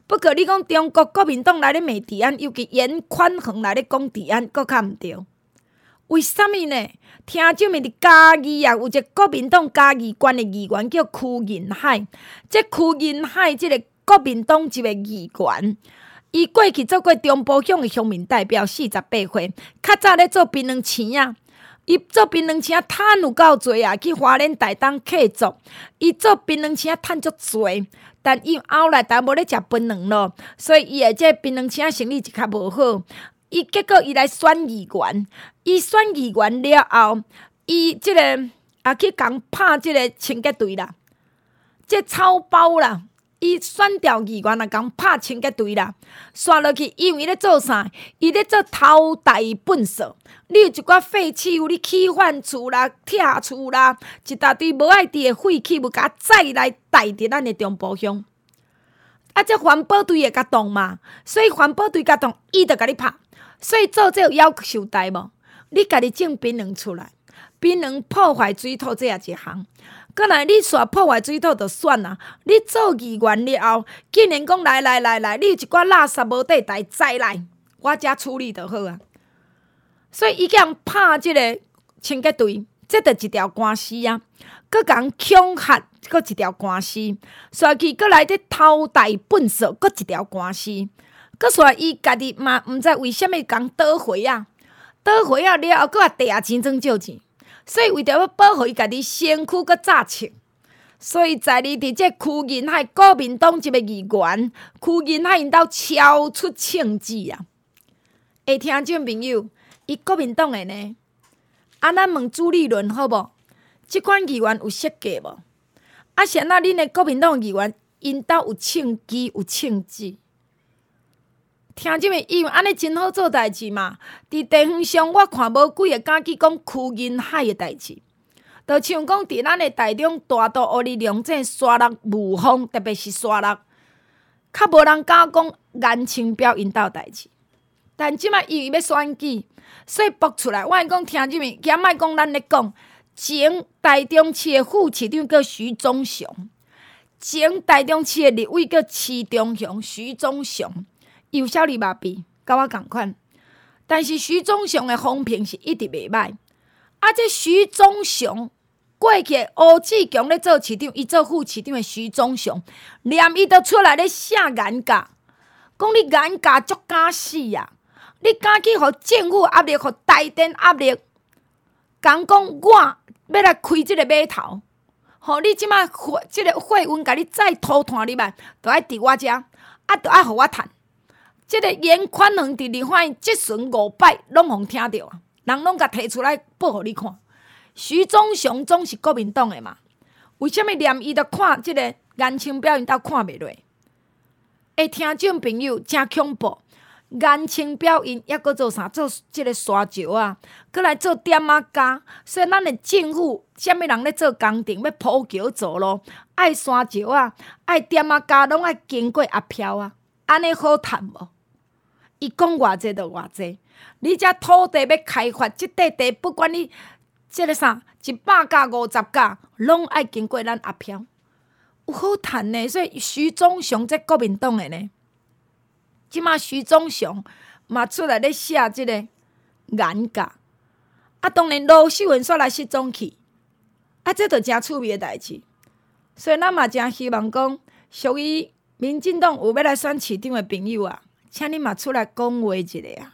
不过你讲中国国民党来咧骂治安，尤其严宽恒来咧讲治安，佫较毋对。为什么呢？听众们伫嘉义啊，有一个国民党嘉义县的议员叫曲仁海。这曲仁海这个国民党籍的议员，伊过去做过中部乡的乡民代表，四十八岁。较早咧做槟榔青啊，伊做槟榔青趁有够多啊，去花莲台东客座，伊做槟榔青趁足多。但伊后来但无咧食槟榔咯，所以伊的这槟榔青生意就较无好。伊结果伊来选议员，伊选议员了后，伊即、這个也去共拍即个清洁队啦，即草包啦，伊选调议员也共拍清洁队啦，刷落去，因为伊咧做啥？伊咧做偷台粪扫。你有一寡废弃物，你起反厝啦、拆厝啦，一大堆无爱滴的废弃物，甲载来带伫咱的中部乡。啊，这环保队会甲动嘛，所以环保队甲动，伊就甲你拍。所以做这有要求代无？你家己种槟榔出来，槟榔破坏水土这也一项。过来你煞破坏水土就算啦，你做议员了后，竟然讲来来来来，你有一寡垃圾无地带载来，我遮处理就好啊。所以伊叫人拍即个清洁队，这着一条官司啊。佮甲人恐吓，佮一条官司。煞去佮来伫偷带粪扫，佮一条官司。佮煞伊家己嘛，毋知为虾米共倒回啊，倒回啊了后，佮也地钱装借钱，所以为着要保护伊家己身躯佮早清，所以在哩伫这曲仁海国民党籍的议员，曲仁海因兜超出称职啊！会听众朋友，伊国民党的呢？啊，咱问朱立伦好无？即款议员有设计无？啊，谁那恁的国民党议员因兜有称机有称职？听即个，因为安尼真好做代志嘛。伫地方上，我看无几个敢去讲曲仁海的代志。就像讲，伫咱的台中大都学里用这沙戮雾风，特别是沙戮，较无人敢讲颜清标因兜代志。但即摆因为要选举，所以爆出来。我讲听即个，兼莫讲咱咧讲，前台中市的副市长叫徐忠雄，前台中市的立委叫徐忠雄，徐忠雄。有小李麻痹，甲我同款，但是徐忠雄的风评是一直袂歹。啊，这徐忠雄过去吴志强咧做市长，伊做副市长的徐忠雄，连伊都出来咧写颜价，讲你颜价足敢死啊！你敢去互政府压力，互台电压力，讲讲我要来开即个码头，互你即摆即个货运甲你再拖拖入来，都爱伫我遮，啊，都爱互我趁。即个严宽恒伫立法院即巡五摆，拢互听到啊！人拢甲摕出来报互你看。徐忠雄总是国民党的嘛？为什么连伊都看即个颜清标因兜看袂落？诶，听众朋友真恐怖！颜清标因抑阁做啥？做即个沙石啊，阁来做点仔加。所以咱的政府，啥物人咧做工程要铺桥做路，爱沙石啊，爱点仔加，拢爱经过压票啊，安尼好趁无？伊讲偌济就偌济，你遮土地要开发，即块地不管你即个啥一百甲五十甲，拢爱经过咱压票，有好趁呢。所以徐忠雄这国民党的呢，即马徐忠雄嘛出来咧写即个颜价，啊，当然卢秀云煞来失踪去，啊，这就真趣味的代志。所以咱嘛真希望讲，属于民进党有要来选市长的朋友啊。请你嘛出来讲话一下啊！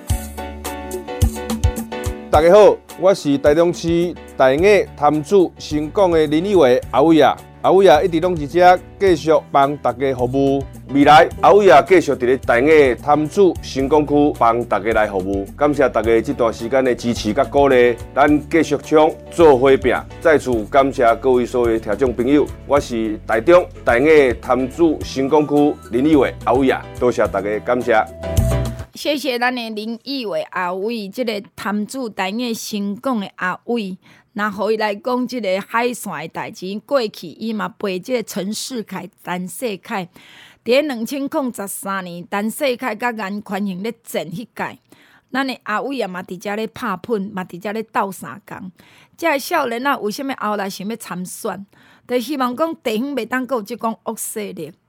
大家好，我是台中市大雅潭子新港的林立伟阿伟啊。阿伟啊，一直拢是遮继续帮大家服务。未来阿伟啊，继续伫咧大雅潭子新港区帮大家来服务。感谢大家这段时间的支持甲鼓励，咱继续冲做伙拼。再次感谢各位所有听众朋友，我是台中大雅潭子新港区林立伟阿伟啊，多谢大家，感谢。 谢谢咱的林义伟阿伟，即、这个潭子台雅新港的阿伟，那互伊来讲即个海线的代志。过去伊嘛陪即个陈世凯、陈世凯，伫两千零十三年，陈世凯甲颜宽恒咧战迄届，咱的阿伟也嘛伫遮咧拍拼，嘛伫遮咧斗相共。即个少年啊，为什么后来想要参选？就希望讲地方袂当阁有即种恶势力。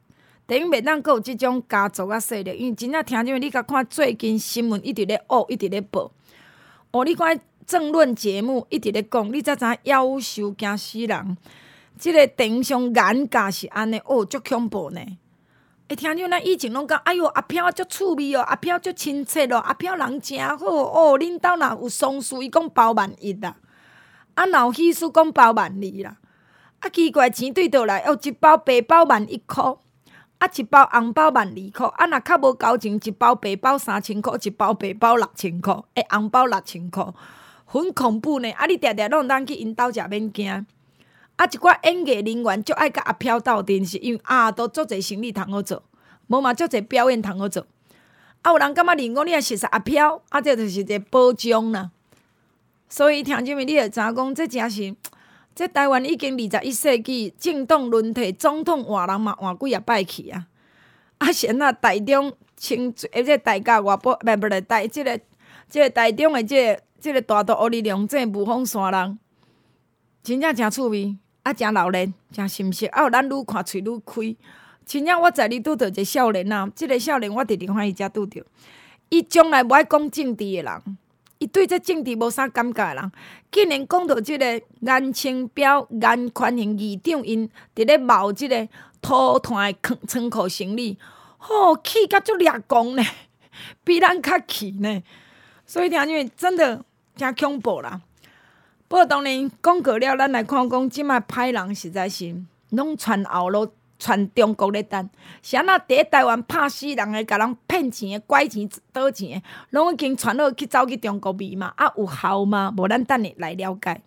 等于袂当阁有即种家族啊势力，因为真正听众你甲看最近新闻一直咧恶，一直咧报。哦，你看政论节目一直咧讲，你才知影夭寿惊死人。即、這个电商眼价是安尼，哦，足恐怖呢。会听众咱以前拢讲，哎哟，阿飘足趣味哦，阿飘足亲切哦，阿飘人诚好哦。恁兜若有丧事，伊讲包万一啦，啊，若有喜事讲包万二啦。啊，奇怪，钱对倒来，哦，一包白包万一箍，啊，一包红包万二箍，啊，若较无交情，一包白包三千箍，一包白包六千箍，诶，红包六千箍，很恐怖呢。啊，你定定拢当去因兜食免惊。啊，一寡演艺人员足爱甲阿飘斗阵，是因为啊，都足侪生意通好做，无嘛足侪表演通好做。啊，有人感觉认讲你也熟悉阿飘，啊，这就是一个保障啦。所以听众们，你会知影讲，这真是，这台湾已经二十一世纪政党轮替，总统换人嘛换几啊摆去啊。啊，先啊，台中清水，诶，这大甲外部，不不是台，这个这个台中的这个这个大道黑里亮这雾峰山人，真正真趣味。啊，真老练，真心实。啊，有咱愈看喙愈开。亲像我在哩拄着一个少年啊，即、这个少年我直直看伊遮拄着。伊从来无爱讲政治的人，伊对这政治无啥感觉的人，竟然讲到即个颜清标、颜宽恒议长因伫咧冒即个土团的仓库生理，吼、哦，气甲足掠狂呢，比咱较气呢。所以听因为真的真恐怖啦。不过当然讲过了，咱来看讲即摆歹人实在是拢传后路，传中国咧等。是安那伫咧台湾拍死人的，甲人骗钱的、拐钱、倒钱的，拢已经传到去走去中国味嘛？啊，有效吗？无咱等下来了解。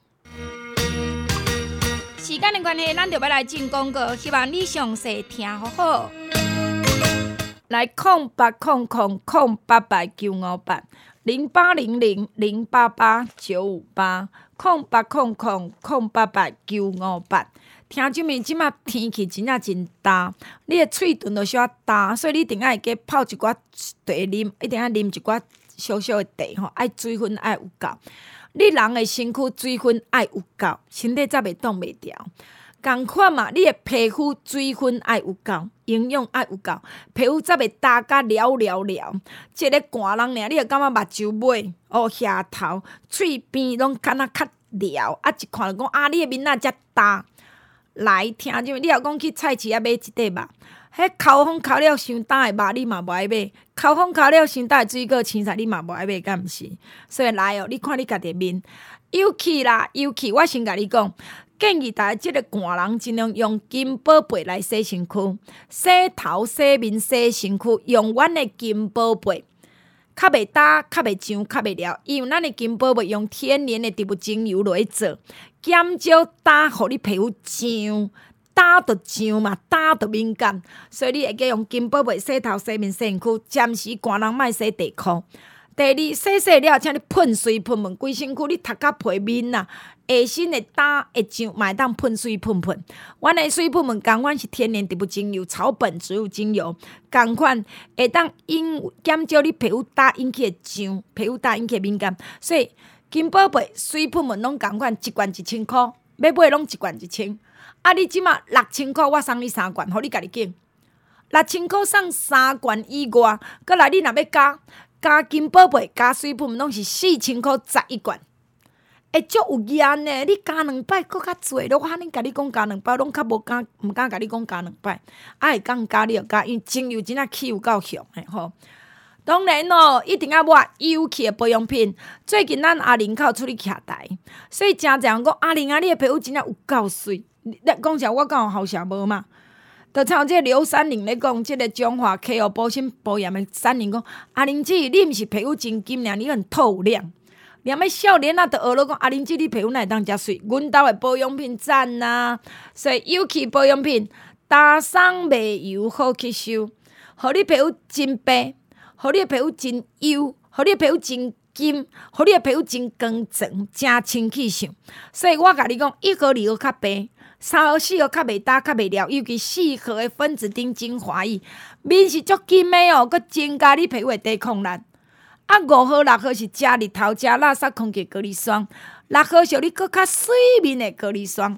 时间的关系，咱就要来进广告，希望你详细听好好。来，空八空空空八八九五八零八零零零八八九五八。空八空空空八八九五八，听众们，即马天气真正真大，你的喙唇就小大，所以你一定要会加泡一寡茶啉，一定要啉一寡小小的茶吼，爱水分爱有够。你人的身躯水分爱有够，身体才袂冻袂牢。共款嘛，你的皮肤水分爱有够，营养爱有够，皮肤才袂焦甲了了了。即个寒人尔，你会感觉目睭尾、哦额头、喙边拢敢若较了，啊一看就讲啊，你的面仔遮焦。来听者，你若讲去菜市啊买一块肉，迄烤风烤了伤焦的肉，你嘛无爱买；烤风烤了伤焦的水果青菜，你嘛无爱买，敢毋是？所以来哦，你看你家己面，尤其啦，尤其我先甲你讲。建议大家即个寒人尽量用金宝贝来洗身躯，洗头、洗面、洗身躯，用阮的金宝贝，较袂焦、较袂痒、较袂了。因为咱的金宝贝用天然的植物精油来做，减少焦，互你皮肤痒，焦就痒嘛，焦就敏感，所以你会记用金宝贝洗头、洗面、洗身躯，暂时寒人莫洗地裤。第二，洗洗了，请你喷水喷喷，规身躯你涂到皮面啊，下身的焦会痒，嘛会当喷水喷喷。阮的水喷喷共款是天然植物精油、草本植物精油，共款会当因减少你皮肤焦引起的痒，皮肤焦引起的敏感。所以金宝贝水喷喷拢共款，一罐一千箍，要买拢一罐一千。啊，你即马六千箍，我送你三罐，互你家己拣。六千箍送三罐以外，搁来你若要加。加金宝贝加水喷拢是四千箍十一罐，会足有严呢！你加两摆搁较侪咯，我喊恁甲你讲加两摆，拢较无敢毋敢甲你讲加两摆，啊会讲加你就加，因为精油真正气有够凶的吼。当然咯，一定要抹油气的保养品。最近咱阿玲靠出去徛台，所以真侪人讲阿玲啊，你的皮肤真正有够水。你讲啥？我敢有好啥无嘛？就像即个刘三玲咧讲，即、這个中华 K O 保鲜保养的三玲讲，阿玲姐，你毋是皮肤真金尔，你很透亮。连迄少年啊，都学了讲，阿玲姐你皮肤哪会当遮水？阮兜的保养品赞呐、啊，所以尤其保养品，打霜袂油好吸收，互你皮肤真白，互你的皮肤真幼，互你的皮肤真金，互你的皮肤真光泽，真清气秀。所以我甲你讲，一号、二号较白。三号、四号较袂焦、较袂了，尤其四号的分子丁精华液，面是足金的哦，佮增加你皮肤的抵抗力。啊，五号、六号是遮日头、遮垃圾空气隔离霜，六号是你佮较水面的隔离霜。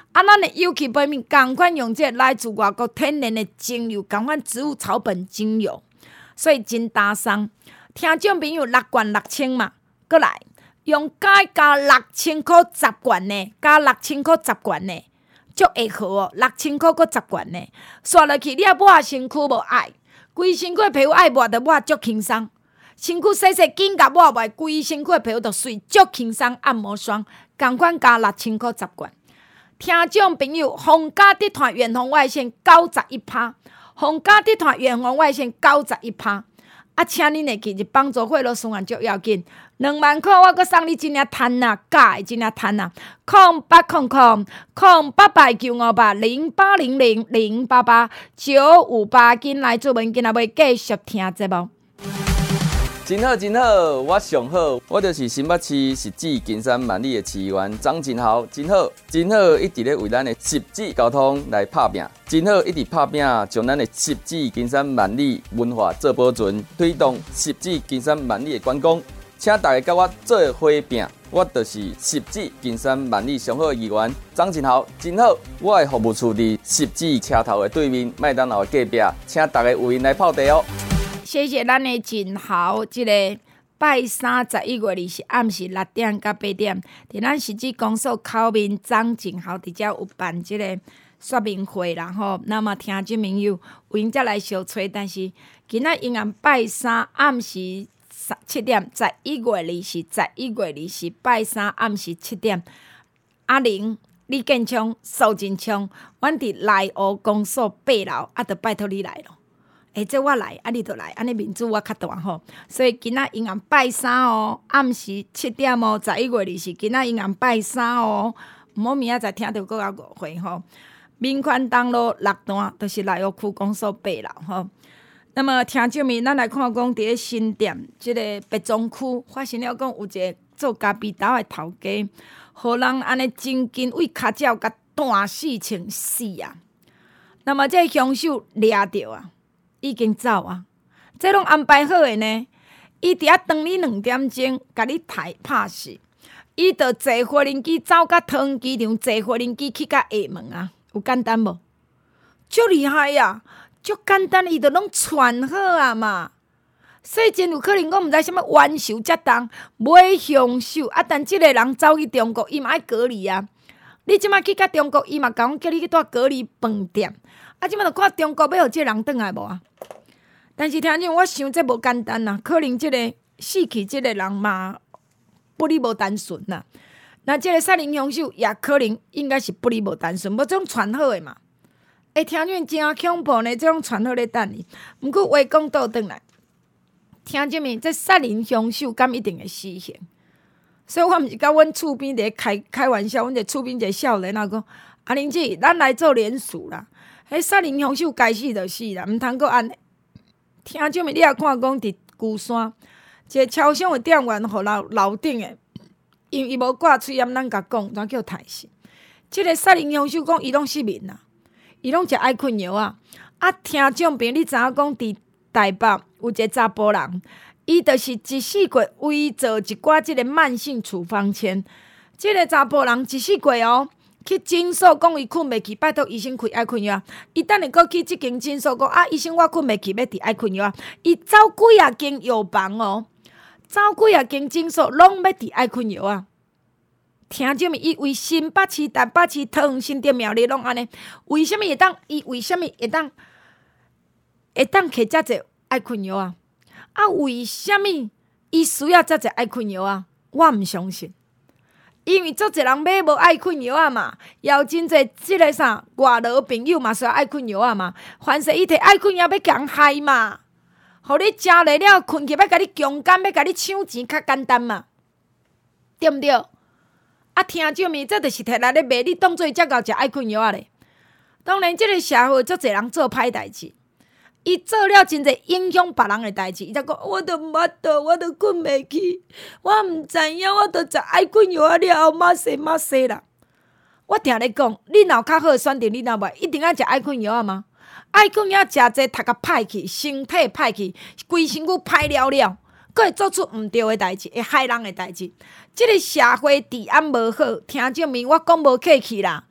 啊，咱的有机保养同款用这来自外国天然的精油，同款植物草本精油，所以真打伤。听众朋友六罐六千嘛，过来用加加六千块十罐呢，加六千块十罐呢，足会好哦。六千块搁十罐呢，刷落去你也抹身躯无爱，规身躯皮肤爱抹就抹足轻松。身躯洗洗紧甲抹抹，规身躯皮肤就水足轻松。按摩霜同款加六千块十罐。听众朋友，防假的团远红外线九十一趴，防假的团远红外线九十一趴。啊，请恁会记，是帮助血路循环足要紧。两万块我阁送你真领摊啊，假的真领摊啊！空八空空空八八九五八零八零零零八八九五八，紧来做文，今仔要继续听节目。 真好真好，我上好，我就是新北市实质金山万里的市议员张真豪，真好真好，一直咧为咱的实质交通来拍拼，真好一直拍拼，将咱的实质金山万里文化做保存，推动实质金山万里的观光，请大家甲我做伙拼，我就是实质金山万里上好的议员张真豪，真好，我的服务处伫实质车头的对面，麦当劳的隔壁，请大家有闲来泡茶哦。 谢谢咱的真豪，即、这个拜三十一月二十暗时六点到八点，伫咱实质公所口面张真豪伫遮有办即个说明会啦吼。那么听众朋友有闲才来小吹，但是今仔仍然拜三暗时七点，十一月二十，十一月二十拜三暗时七点，阿玲、李建昌、苏真昌，阮伫内湖公所八楼，啊，着拜托你来咯。诶、欸，这我来，啊，你就来，安尼面子我较大吼。所以今仔仍然拜三哦，暗时七点哦，十一月二十，今仔仍然拜三哦，毋好明仔载听到搁较误会吼。民权东路六段都、就是内湖区公所八楼吼。那么听众们，咱来看讲伫咧新店即、这个北中区发生了讲有一个做咖啡豆的头家，互人安尼真紧为骹脚甲断死穿死啊。那么这凶手掠着啊。已经走啊！这拢安排好的呢。伊伫遐等你两点钟，甲你抬拍死。伊着坐无人机走到桃园机场，坐无人机去到厦门啊，有简单无？足厉害啊！足简单，伊着拢传好啊嘛。所以真有可能，我毋知啥物冤仇遮重，买凶手啊！但即个人走去中国，伊嘛爱隔离啊。你即摆去到中国，伊嘛甲我叫你去住隔离饭店。啊！即摆著看中国要互即个人转来无啊？但是听众，我想这无简单呐，可能即个死去即个人嘛，不离无单纯呐。那即个杀人凶手也可能应该是不离无单纯，无种传好的嘛。会听众真恐怖呢，这种传好咧等伊。毋过话讲倒转来，听众们，这杀人凶手敢一定会死刑？所以我毋是甲阮厝边伫开开玩笑，阮一个厝边一个少年啊讲，阿玲姐，咱来做联署啦。迄杀人凶手该死就死啦，毋通阁安尼。听众们，你也看讲伫鼓山，一个超商的店员，互楼楼顶的，因为伊无挂喙烟，咱甲讲，怎叫刣死？即、这个杀人凶手讲，伊拢失眠啦，伊拢食爱困药啊。啊，听众朋友，你知影讲伫台北有一个查甫人，伊就是一世过为做一寡即个慢性处方签。即、这个查甫人一世过哦。去诊所讲伊困袂去，拜托医生开爱困药。伊等下搁去即间诊所讲啊，医生我困袂去，要伫爱困药。伊走几啊间药房哦，走几啊间诊所拢要伫爱困药啊。听者咪伊为新北市、台北市、桃园、新店、苗栗拢安尼，为什么会当？伊为什么会当？会当摕遮济爱困药啊？啊，为什么伊需要遮济爱困药啊？我毋相信。因为足侪人买无爱困药啊嘛，也有真侪即个啥外劳朋友嘛需要爱困药啊嘛，凡是伊摕爱困药要甲人害嘛，互你食落了困去要甲你强奸，要甲你抢钱较简单嘛，对毋对？啊，听众们，这就是摕来咧卖，你当做遮够食爱困药啊咧。当然，即个社会足侪人做歹代志。伊做了真侪影响别人的代志，伊才讲，我都毋捌倒，我都困袂去，我毋知影，我都食爱困药啊了后，马西马西啦。我定咧讲，你若有较好的选择，你若袂一定要食爱困药啊吗？爱困药食侪，头壳歹去，身体歹去，规身躯歹了了，佫会做出毋对的代志，会害人的代志。即、这个社会治安无好，听众们，我讲无客气啦。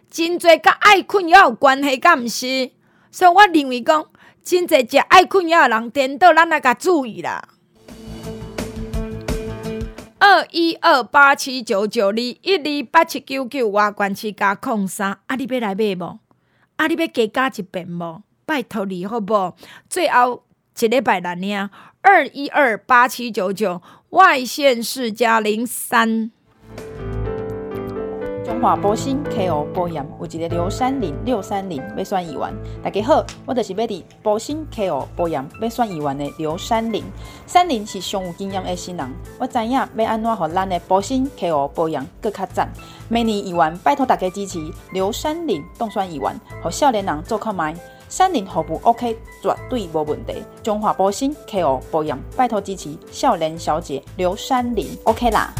真侪甲爱困扰有关系，敢毋是？所以我认为讲，真侪食爱困扰的人，颠倒咱来甲注意啦。二一二八七九九二一二八七九九外关市加空三，啊！你要来买无？啊！你要加加一遍无？拜托你好无？最后一礼拜六尔，二一二八七九九外县市加零三。 中华保险 K O 保险有一个刘三零六三零要选议员，大家好，我就是要伫保险 K O 保险要选议员的刘三零。三零是上有经验的新人，我知影要安怎让咱的保险 K O 保险更较赞。明年议员拜托大家支持刘三零当选议员，让少年人做看卖。三零服务 OK， 绝对无问题。中华保险 K O 保险拜托支持少年小姐刘三零 OK 啦。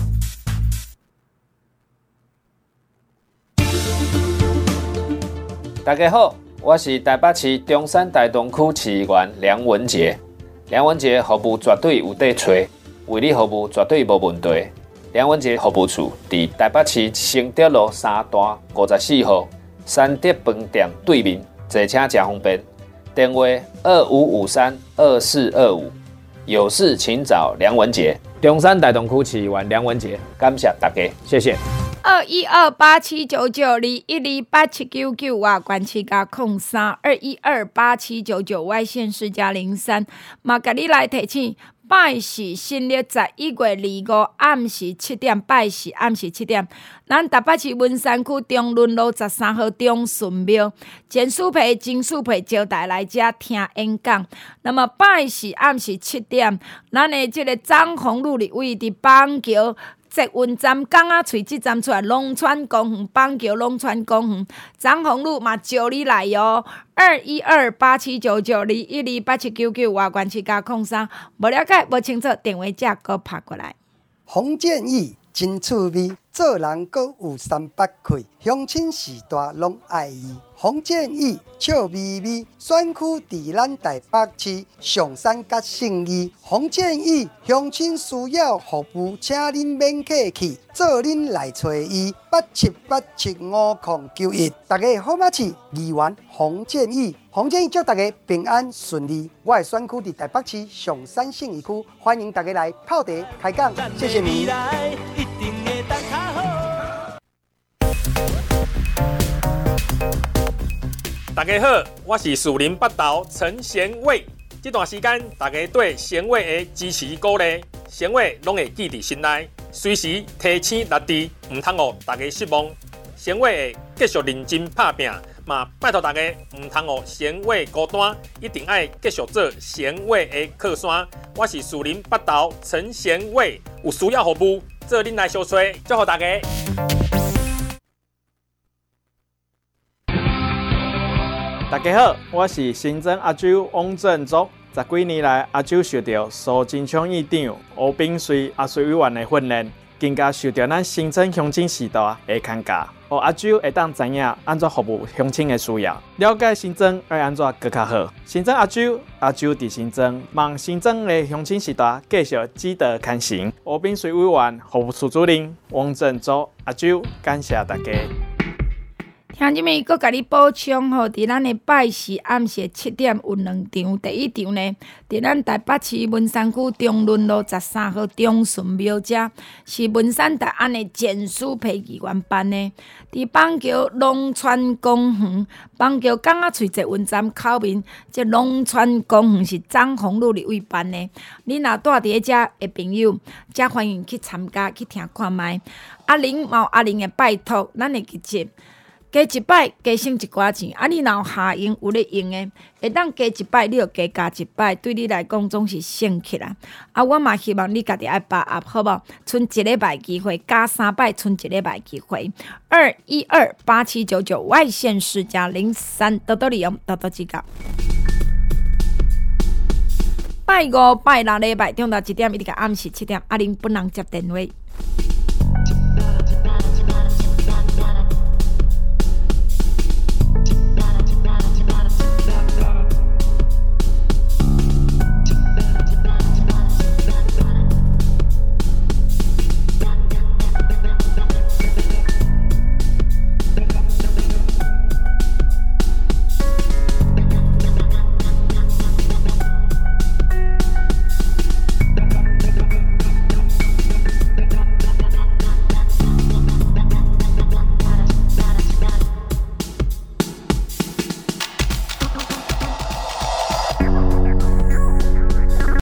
大家好，我是台北市中山大东区市议员梁文杰。梁文杰服务绝对有得找，为你服务绝对无问题。梁文杰服务处伫台北市承德路三段五十四号三德饭店对面，坐车真方便。电话二五五三二四二五，有事请找梁文杰。中山大东区市议员梁文杰，感谢大家，谢谢。 二一二八七九九二一二八七九九外关市加空三二一二八七九九外县市加零三，嘛甲你来提醒。拜四新历十一月二五暗时七点，拜四暗时七点，咱台北市文山区中仑路十三号中顺庙简书培、金书培招待来遮听演讲。那么拜四暗时七点，咱的这个张宏路立委伫板桥捷运站港仔喙即站出来，龙川公园板桥龙川公园，张宏路嘛招你来哟。二一二八七九九二一二八七九九外关市加空三，无了解无清楚，电话才搁拍过来。 洪建义真趣味，做人阁有三八气，乡亲时代拢爱伊。洪建义笑眯眯，选区伫咱台北市上山甲信义。洪建义乡亲需要服务，请恁免客气，做恁来找伊。八七八七五零九一，大家好吗？是议员洪建义。洪建义祝大家平安顺利。我的选区伫台北市上山信义区，欢迎大家来泡茶开讲，谢谢你。 大家好，我是树林北投陈贤伟。这段时间，大家对贤伟的支持鼓励，贤伟拢会记伫心内，随时提醒力治，唔通互大家失望。贤伟会继续认真拍拼，嘛拜托大家唔通互贤伟孤单，一定爱继续做贤伟的靠山。我是树林北投陈贤伟，有需要服务，做恁来相找，祝福大家。 大家好，我是新增阿周王振竹。十几年来，阿周受到苏金昌议长、吴秉绥阿水委员的训练，更加受到咱新增乡亲时代的看教，让阿周会当知影安怎服务乡亲的需要，了解新增要安怎更较好。新增阿周，阿周伫新增，望新增的乡亲时代继续积德看行。吴秉绥委员、服务处主任王振竹、阿周，感谢大家。 听即面，搁甲你补充吼，伫咱的拜四暗时七点有两场，第一场呢，伫咱台北市文山区中仑路十三号中顺庙遮，是文山大安的简书培议员办的，伫板桥龙川公园，板桥港仔喙捷运站口面，这龙川公园是张宏路立委办的。你若住伫遮的朋友，则欢迎去参加去听看卖。阿玲嘛有阿玲的拜托，咱的日节。加一摆，加省一寡钱。啊，你若有下用有咧用的，会当加一摆，你就加加一摆，对你来讲总是省起来。啊，我嘛希望你家己爱把握，好无？剩一礼拜机会，加三摆，剩一礼拜机会。二一二八七九九外县市加零三，多多利用，多多指教。拜五、拜六礼拜中昼一点一直到暗时七点，阿玲本人接电话。